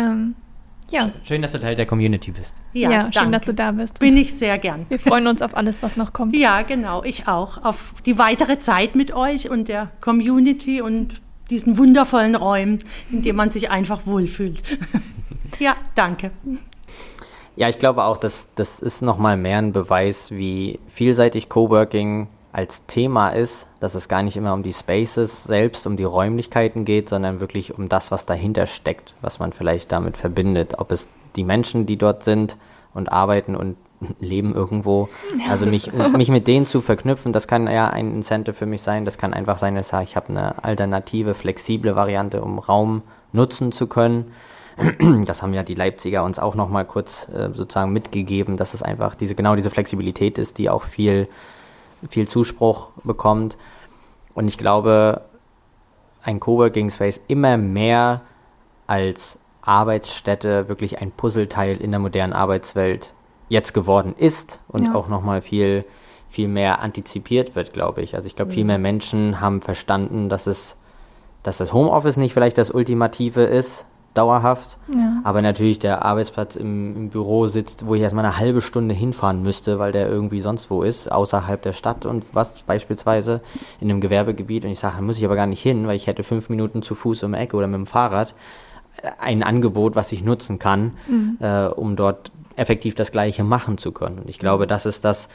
Schön, dass du Teil der Community bist.
Ja, schön, dass du da bist.
Bin ich sehr gern.
Wir freuen uns auf alles, was noch kommt.
Ja, genau, ich auch. Auf die weitere Zeit mit euch und der Community und diesen wundervollen Räumen, in denen man sich einfach wohlfühlt. Ja, danke.
Ja, ich glaube auch, das ist nochmal mehr ein Beweis, wie vielseitig Coworking als Thema ist, dass es gar nicht immer um die Spaces selbst, um die Räumlichkeiten geht, sondern wirklich um das, was dahinter steckt, was man vielleicht damit verbindet. Ob es die Menschen, die dort sind und arbeiten und leben irgendwo. Also mich mit denen zu verknüpfen, das kann ja ein Incentive für mich sein. Das kann einfach sein, dass ich habe eine alternative, flexible Variante, um Raum nutzen zu können. Das haben ja die Leipziger uns auch nochmal kurz sozusagen mitgegeben, dass es einfach diese Flexibilität ist, die auch viel Zuspruch bekommt. Und ich glaube, ein Coworking Space immer mehr als Arbeitsstätte wirklich ein Puzzleteil in der modernen Arbeitswelt jetzt geworden ist und auch nochmal viel mehr antizipiert wird, glaube ich. Also ich glaube, viel mehr Menschen haben verstanden, dass das Homeoffice nicht vielleicht das Ultimative ist, dauerhaft, aber natürlich der Arbeitsplatz im Büro sitzt, wo ich erstmal eine halbe Stunde hinfahren müsste, weil der irgendwie sonst wo ist, außerhalb der Stadt und was beispielsweise in einem Gewerbegebiet, und ich sage, da muss ich aber gar nicht hin, weil ich hätte 5 Minuten zu Fuß um die Ecke oder mit dem Fahrrad ein Angebot, was ich nutzen kann, um dort effektiv das Gleiche machen zu können. Und ich glaube, das ist das,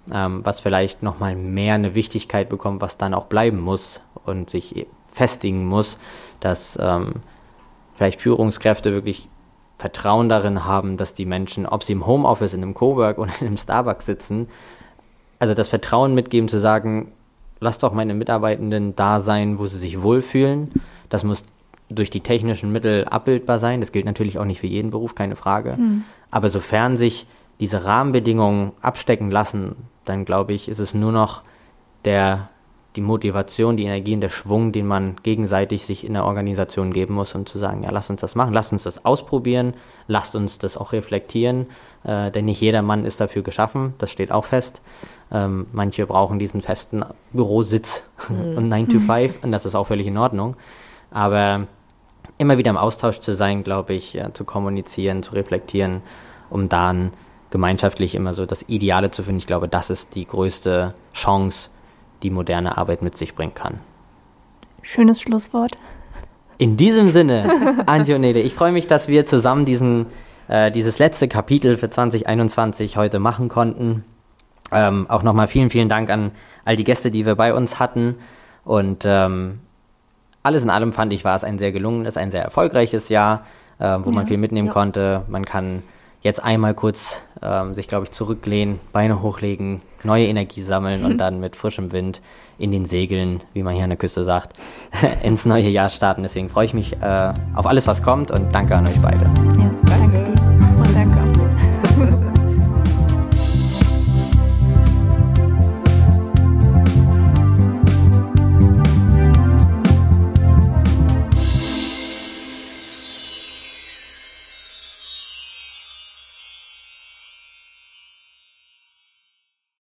was vielleicht nochmal mehr eine Wichtigkeit bekommt, was dann auch bleiben muss und sich festigen muss, dass vielleicht Führungskräfte wirklich Vertrauen darin haben, dass die Menschen, ob sie im Homeoffice, in einem Cowork oder in einem Starbucks sitzen, also das Vertrauen mitgeben zu sagen, lass doch meine Mitarbeitenden da sein, wo sie sich wohlfühlen. Das muss durch die technischen Mittel abbildbar sein. Das gilt natürlich auch nicht für jeden Beruf, keine Frage. Aber sofern sich diese Rahmenbedingungen abstecken lassen, dann glaube ich, ist es nur noch die Motivation, die Energie und der Schwung, den man gegenseitig sich in der Organisation geben muss, um zu sagen, ja, lass uns das machen, lass uns das ausprobieren, lasst uns das auch reflektieren, denn nicht jeder Mann ist dafür geschaffen, das steht auch fest. Manche brauchen diesen festen Bürositz und 9 to 5 und das ist auch völlig in Ordnung. Aber immer wieder im Austausch zu sein, glaube ich, zu kommunizieren, zu reflektieren, um dann gemeinschaftlich immer so das Ideale zu finden. Ich glaube, das ist die größte Chance, die moderne Arbeit mit sich bringen kann.
Schönes Schlusswort.
In diesem Sinne, Antje und Nele, ich freue mich, dass wir zusammen dieses letzte Kapitel für 2021 heute machen konnten. Auch nochmal vielen, vielen Dank an all die Gäste, die wir bei uns hatten. Und alles in allem fand ich, war es ein sehr gelungenes, ein sehr erfolgreiches Jahr, wo man viel mitnehmen konnte. Man kann jetzt einmal kurz sich, glaube ich, zurücklehnen, Beine hochlegen, neue Energie sammeln und dann mit frischem Wind in den Segeln, wie man hier an der Küste sagt, ins neue Jahr starten. Deswegen freue ich mich auf alles, was kommt und danke an euch beide.
Ja.